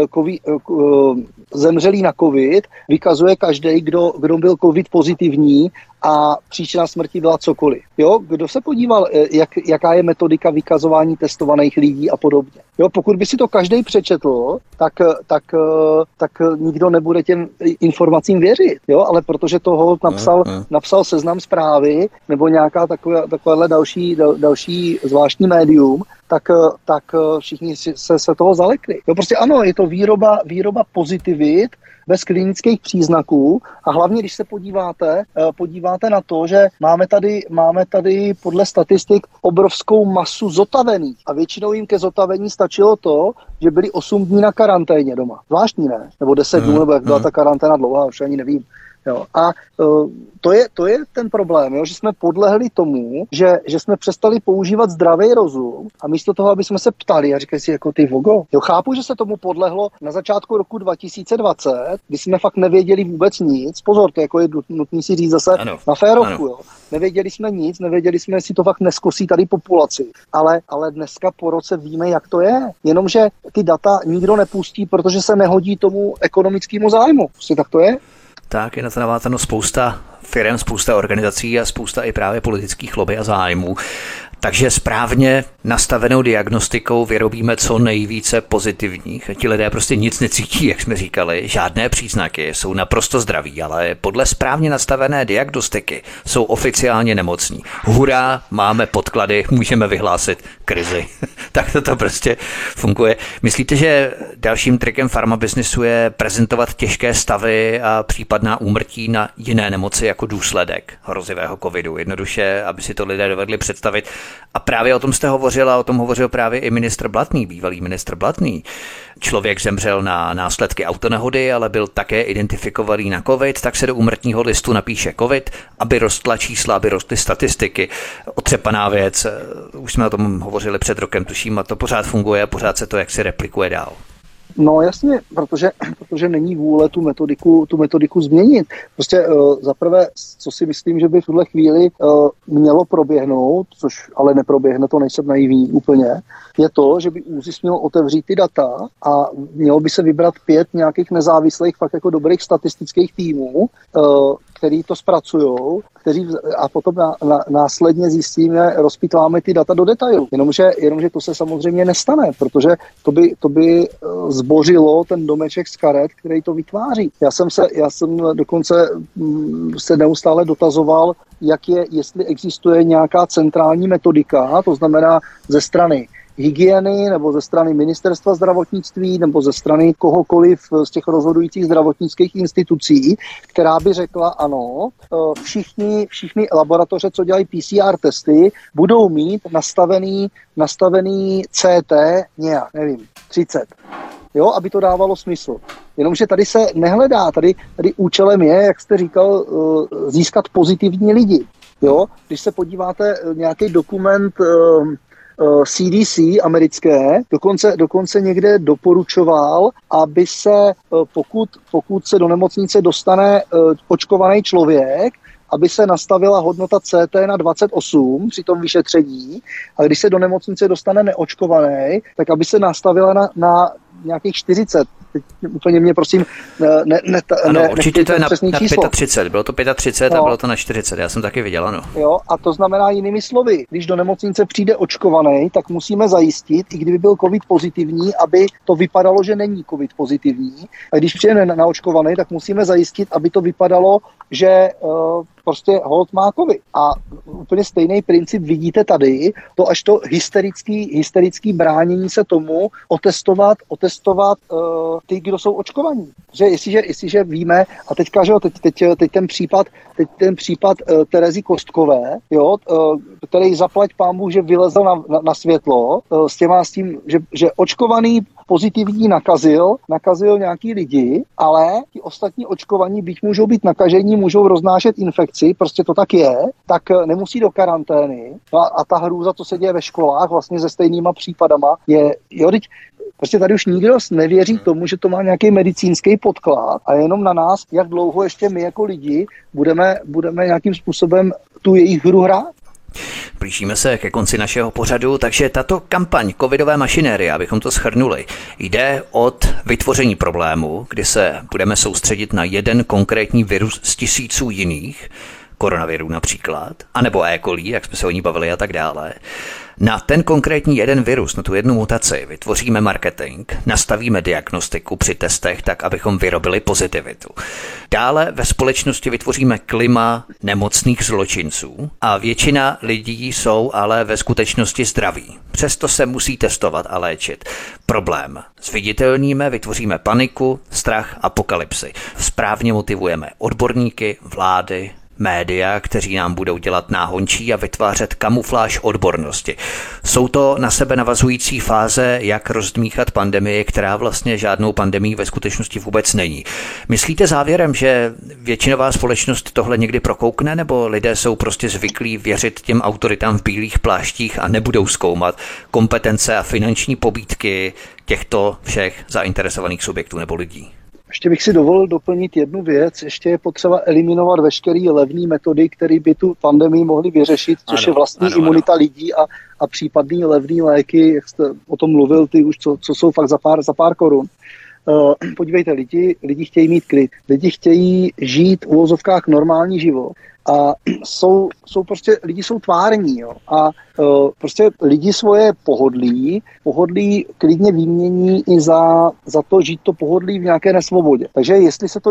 [SPEAKER 2] zemřelý na covid vykazuje každý, kdo byl covid pozitivní a příčina smrti byla cokoliv. Jo? Kdo se podíval, jaká je metodika vykazování testovaných lidí a podobně. Jo? Pokud by si to každý přečetl, tak nikdo nebude těm informacím věřit. Jo? Ale protože toho napsal Seznam Zprávy nebo nějaká takovéhle další zvláštní médium, tak všichni se toho zalekli. Jo? Prostě ano, je to výroba pozitivit bez klinických příznaků a hlavně, když se podíváte na to, že máme tady podle statistik obrovskou masu zotavených a většinou jim ke zotavení stačilo to, že byli 8 dní na karanténě doma. Zvláštní, ne? Nebo 10 dnů, nebo jak byla ta karanténa dlouhá, už ani nevím. Jo. A to je ten problém, jo? Že jsme podlehli tomu, že jsme přestali používat zdravý rozum a místo toho, aby jsme se ptali a říkali si jako ty vogo. Jo, chápu, že se tomu podlehlo na začátku roku 2020, kdy jsme fakt nevěděli vůbec nic. Pozor, to jako je nutný si říct zase na férovku. Jo? Nevěděli jsme nic, nevěděli jsme, jestli to fakt neskosí tady populaci. Ale dneska po roce víme, jak to je. Jenomže ty data nikdo nepustí, protože se nehodí tomu ekonomickému zájmu. Prostě tak to je.
[SPEAKER 1] Tak je na to navázáno spousta firem, spousta organizací a spousta i právě politických lobby a zájmů. Takže správně nastavenou diagnostikou vyrobíme co nejvíce pozitivních. Ti lidé prostě nic necítí, jak jsme říkali, žádné příznaky, jsou naprosto zdraví, ale podle správně nastavené diagnostiky jsou oficiálně nemocní. Hurá, máme podklady, můžeme vyhlásit krizi. Tak to prostě funguje. Myslíte, že dalším trikem farmabiznisu je prezentovat těžké stavy a případná úmrtí na jiné nemoci jako důsledek hrozivého covidu? Jednoduše, aby si to lidé dovedli představit. A právě o tom jste hovořil a o tom hovořil právě i ministr Blatný, bývalý ministr Blatný. Člověk zemřel na následky autonehody, ale byl také identifikovaný na covid, tak se do úmrtního listu napíše covid, aby rostla čísla, aby rostly statistiky. Otřepaná věc, už jsme o tom hovořili před rokem, tuším, a to pořád funguje a pořád se to jaksi replikuje dál.
[SPEAKER 2] No jasně, protože není vůle tu metodiku změnit. Prostě zaprvé, co si myslím, že by v tuhle chvíli mělo proběhnout, což ale neproběhne, to nejsem naivní úplně, je to, že by ÚZIS měl otevřít ty data a mělo by se vybrat 5 nějakých nezávislých, fakt jako dobrých statistických týmů, který to zpracujou, a potom následně zjistíme, rozpitváme ty data do detailu. Jenomže to se samozřejmě nestane, protože to by zbořilo ten domeček z karet, který to vytváří. Já jsem dokonce se neustále dotazoval, jestli existuje nějaká centrální metodika, to znamená ze strany hygieny nebo ze strany ministerstva zdravotnictví nebo ze strany kohokoliv z těch rozhodujících zdravotnických institucí, která by řekla ano, všichni laboratoře, co dělají PCR testy, budou mít nastavený CT nějak, nevím, 30. Jo, aby to dávalo smysl. Jenomže tady se nehledá, tady účelem je, jak jste říkal, získat pozitivní lidi. Jo, když se podíváte nějaký dokument CDC americké dokonce někde doporučoval, aby se, pokud se do nemocnice dostane očkovaný člověk, aby se nastavila hodnota CT na 28 při tom vyšetření, a když se do nemocnice dostane neočkovaný, tak aby se nastavila na nějakých 40. Teď úplně mě prosím
[SPEAKER 1] určitě to je na 35, bylo to 35 a bylo to na 40, já jsem taky viděl, ano.
[SPEAKER 2] Jo, a to znamená jinými slovy, když do nemocnice přijde očkovaný, tak musíme zajistit, i kdyby byl covid pozitivní, aby to vypadalo, že není covid pozitivní, a když přijde naočkovaný, tak musíme zajistit, aby to vypadalo, že prostě holt má covid. A úplně stejný princip vidíte tady, to až to hysterický bránění se tomu otestovat ty, kdo jsou očkovaní. Že jestliže víme, a teďka, že jo, teď ten případ Terezy Kostkové, jo, který zaplať pánbůh, že vylezl na světlo, s tím, že očkovaný pozitivní nakazil nějaký lidi, ale ti ostatní očkovaní, byť můžou být nakažení, můžou roznášet infekci, prostě to tak je, tak nemusí do karantény. A ta hrůza, co se děje ve školách, vlastně se stejnýma případama, prostě tady už nikdo nevěří tomu, že to má nějaký medicínský podklad a jenom na nás, jak dlouho ještě my jako lidi budeme nějakým způsobem tu jejich hru hrát.
[SPEAKER 1] Blížíme se ke konci našeho pořadu, takže tato kampaň covidové mašinérie, abychom to shrnuli, jde od vytvoření problému, kdy se budeme soustředit na jeden konkrétní virus z tisíců jiných, koronavirů například, anebo E. coli, jak jsme se o ní bavili a tak dále. Na ten konkrétní jeden virus, na tu jednu mutaci, vytvoříme marketing, nastavíme diagnostiku při testech tak, abychom vyrobili pozitivitu. Dále ve společnosti vytvoříme klima nemocných zločinců a většina lidí jsou ale ve skutečnosti zdraví. Přesto se musí testovat a léčit. Problém zviditelníme, vytvoříme paniku, strach, apokalypsy. Správně motivujeme odborníky, vlády, média, kteří nám budou dělat náhončí a vytvářet kamufláž odbornosti. Jsou to na sebe navazující fáze, jak rozdmíchat pandemii, která vlastně žádnou pandemií ve skutečnosti vůbec není. Myslíte závěrem, že většinová společnost tohle někdy prokoukne, nebo lidé jsou prostě zvyklí věřit těm autoritám v bílých pláštích a nebudou zkoumat kompetence a finanční pobídky těchto všech zainteresovaných subjektů nebo lidí?
[SPEAKER 2] Ještě bych si dovolil doplnit jednu věc. Ještě je potřeba eliminovat veškeré levné metody, které by tu pandemii mohly vyřešit, což je vlastní imunita lidí a případný levný léky, jak jste o tom mluvil, ty už, co jsou fakt za pár korun. Podívejte, lidi chtějí mít klid. Lidi chtějí žít v uvozovkách normální život. A jsou prostě, lidi jsou tvární, jo. A prostě lidi svoje pohodlí klidně výmění i za to žít to pohodlí v nějaké nesvobodě. Takže jestli se to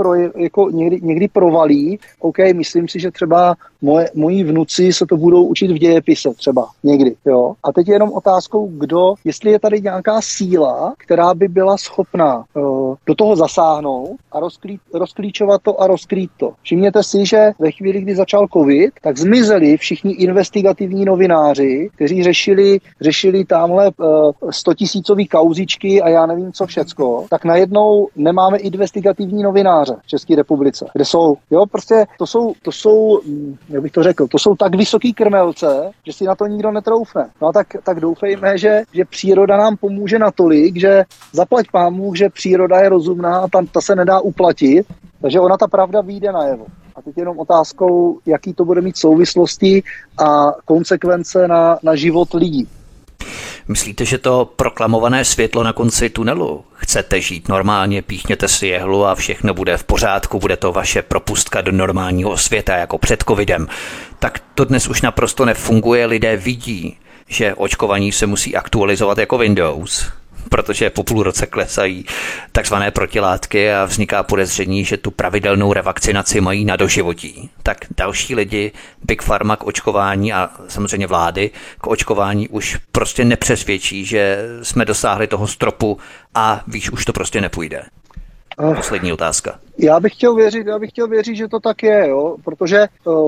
[SPEAKER 2] někdy provalí, OK, myslím si, že třeba moji vnuci se to budou učit v dějepise třeba někdy, jo. A teď je jenom otázkou, jestli je tady nějaká síla, která by byla schopná do toho zasáhnout a rozklíčovat to a rozkrýt to. Všimněte si, že ve chvíli, kdy začal covid, tak zmizeli všichni investigativní novináři, kteří řešili tamhle 100 000 kauzičky a já nevím co všecko, tak najednou nemáme investigativní novináře v České republice. Kde jsou? Jo, prostě to jsou, jak bych to řekl, to jsou tak vysoký krmelce, že si na to nikdo netroufne. No a tak doufejme, že příroda nám pomůže natolik, že zaplať pámu, že příroda je rozumná a ta se nedá uplatit, takže ona ta pravda vyjde najevo. A teď jenom otázkou, jaký to bude mít souvislosti a konsekvence na život lidí.
[SPEAKER 1] Myslíte, že to proklamované světlo na konci tunelu? Chcete žít normálně, píchněte si jehlu a všechno bude v pořádku, bude to vaše propustka do normálního světa jako před covidem. Tak to dnes už naprosto nefunguje, lidé vidí, že očkovaní se musí aktualizovat jako Windows, protože po půl roce klesají takzvané protilátky a vzniká podezření, že tu pravidelnou revakcinaci mají na doživotí. Tak další lidi, Big Pharma k očkování a samozřejmě vlády k očkování už prostě nepřesvědčí, že jsme dosáhli toho stropu a víš, už to prostě nepůjde. Poslední otázka.
[SPEAKER 2] Já bych chtěl věřit, že to tak je, jo? Protože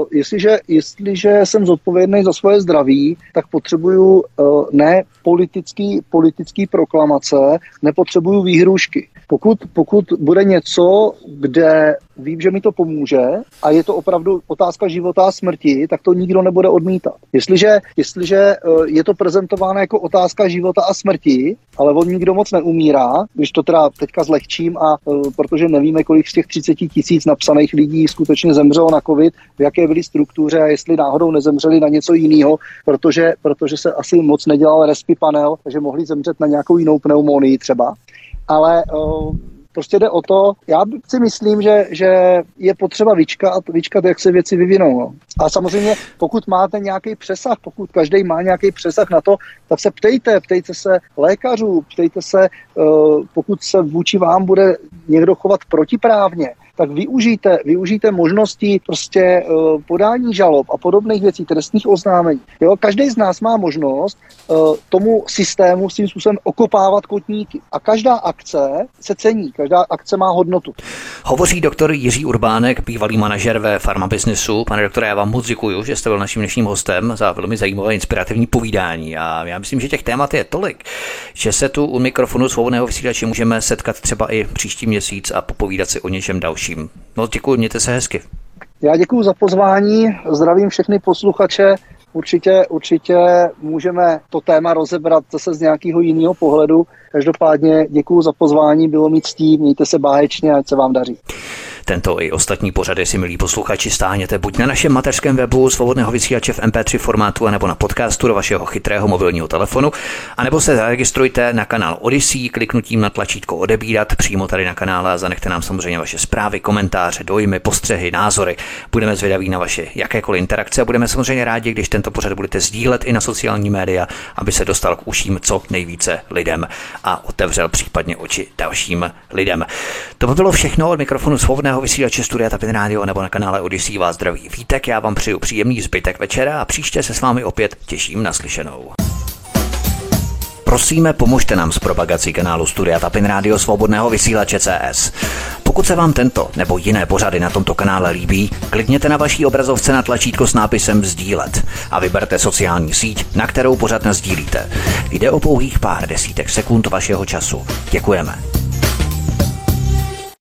[SPEAKER 2] jestliže jsem zodpovědný za svoje zdraví, tak potřebuju ne politický proklamace, nepotřebuju výhrůžky. Pokud bude něco, kde vím, že mi to pomůže a je to opravdu otázka života a smrti, tak to nikdo nebude odmítat. Jestliže je to prezentováno jako otázka života a smrti, ale on nikdo moc neumírá, když to teda teďka zlehčím a protože nevíme, kolik z těch 30 000 napsaných lidí skutečně zemřelo na covid, v jaké byly struktuře a jestli náhodou nezemřeli na něco jiného, protože se asi moc nedělal respi panel, takže mohli zemřet na nějakou jinou pneumonii třeba. Ale prostě jde o to, já si myslím, že je potřeba vyčkat, jak se věci vyvinou. No. A samozřejmě, pokud máte nějaký přesah, pokud každý má nějaký přesah na to, tak se ptejte se lékařů, ptejte se, pokud se vůči vám bude někdo chovat protiprávně, tak využijte možnosti prostě podání žalob a podobných věcí, trestních oznámení. Jo? Každý z nás má možnost tomu systému s tím způsobem okopávat kotníky. A každá akce se cení, každá akce má hodnotu.
[SPEAKER 1] Hovoří doktor Jiří Urbánek, bývalý manažer ve farmabiznesu. Pane doktore, já vám moc děkuju, že jste byl naším dnešním hostem za velmi zajímavé inspirativní povídání. A já myslím, že těch témat je tolik, že se tu u mikrofonu Svobodného vysílače můžeme setkat třeba i příští měsíc a popovídat si o něčem dalším. No, děkuji, mějte se hezky.
[SPEAKER 2] Já děkuji za pozvání, zdravím všechny posluchače. Určitě můžeme to téma rozebrat zase z nějakého jiného pohledu. Každopádně děkuji za pozvání, bylo mi ctí, mějte se báječně, ať se vám daří.
[SPEAKER 1] Tento i ostatní pořady si, milí posluchači, stáhněte buď na našem mateřském webu Svobodného vysílače v MP3 formátu, anebo na podcastu do vašeho chytrého mobilního telefonu, anebo se zaregistrujte na kanál Odyssey kliknutím na tlačítko odebírat přímo tady na kanále a zanechte nám samozřejmě vaše zprávy, komentáře, dojmy, postřehy, názory. Budeme zvědaví na vaše jakékoliv interakce a budeme samozřejmě rádi, když tento pořad budete sdílet i na sociální média, aby se dostal k uším co nejvíce lidem a otevřel případně oči dalším lidem. To by bylo všechno od mikrofonu Svobodného vysílače Studia Tapin Radio nebo na kanále Odyssey vás zdraví Vítek. Já vám přeju příjemný zbytek večera a příště se s vámi opět těším na slyšenou. Prosíme, pomožte nám s propagací kanálu Studia Tapin Radio Svobodného vysílače CS. Pokud se vám tento nebo jiné pořady na tomto kanále líbí, klikněte na vaší obrazovce na tlačítko s nápisem sdílet a vyberte sociální síť, na kterou pořad nasdílíte. Jde o pouhých pár desítek sekund vašeho času. Děkujeme.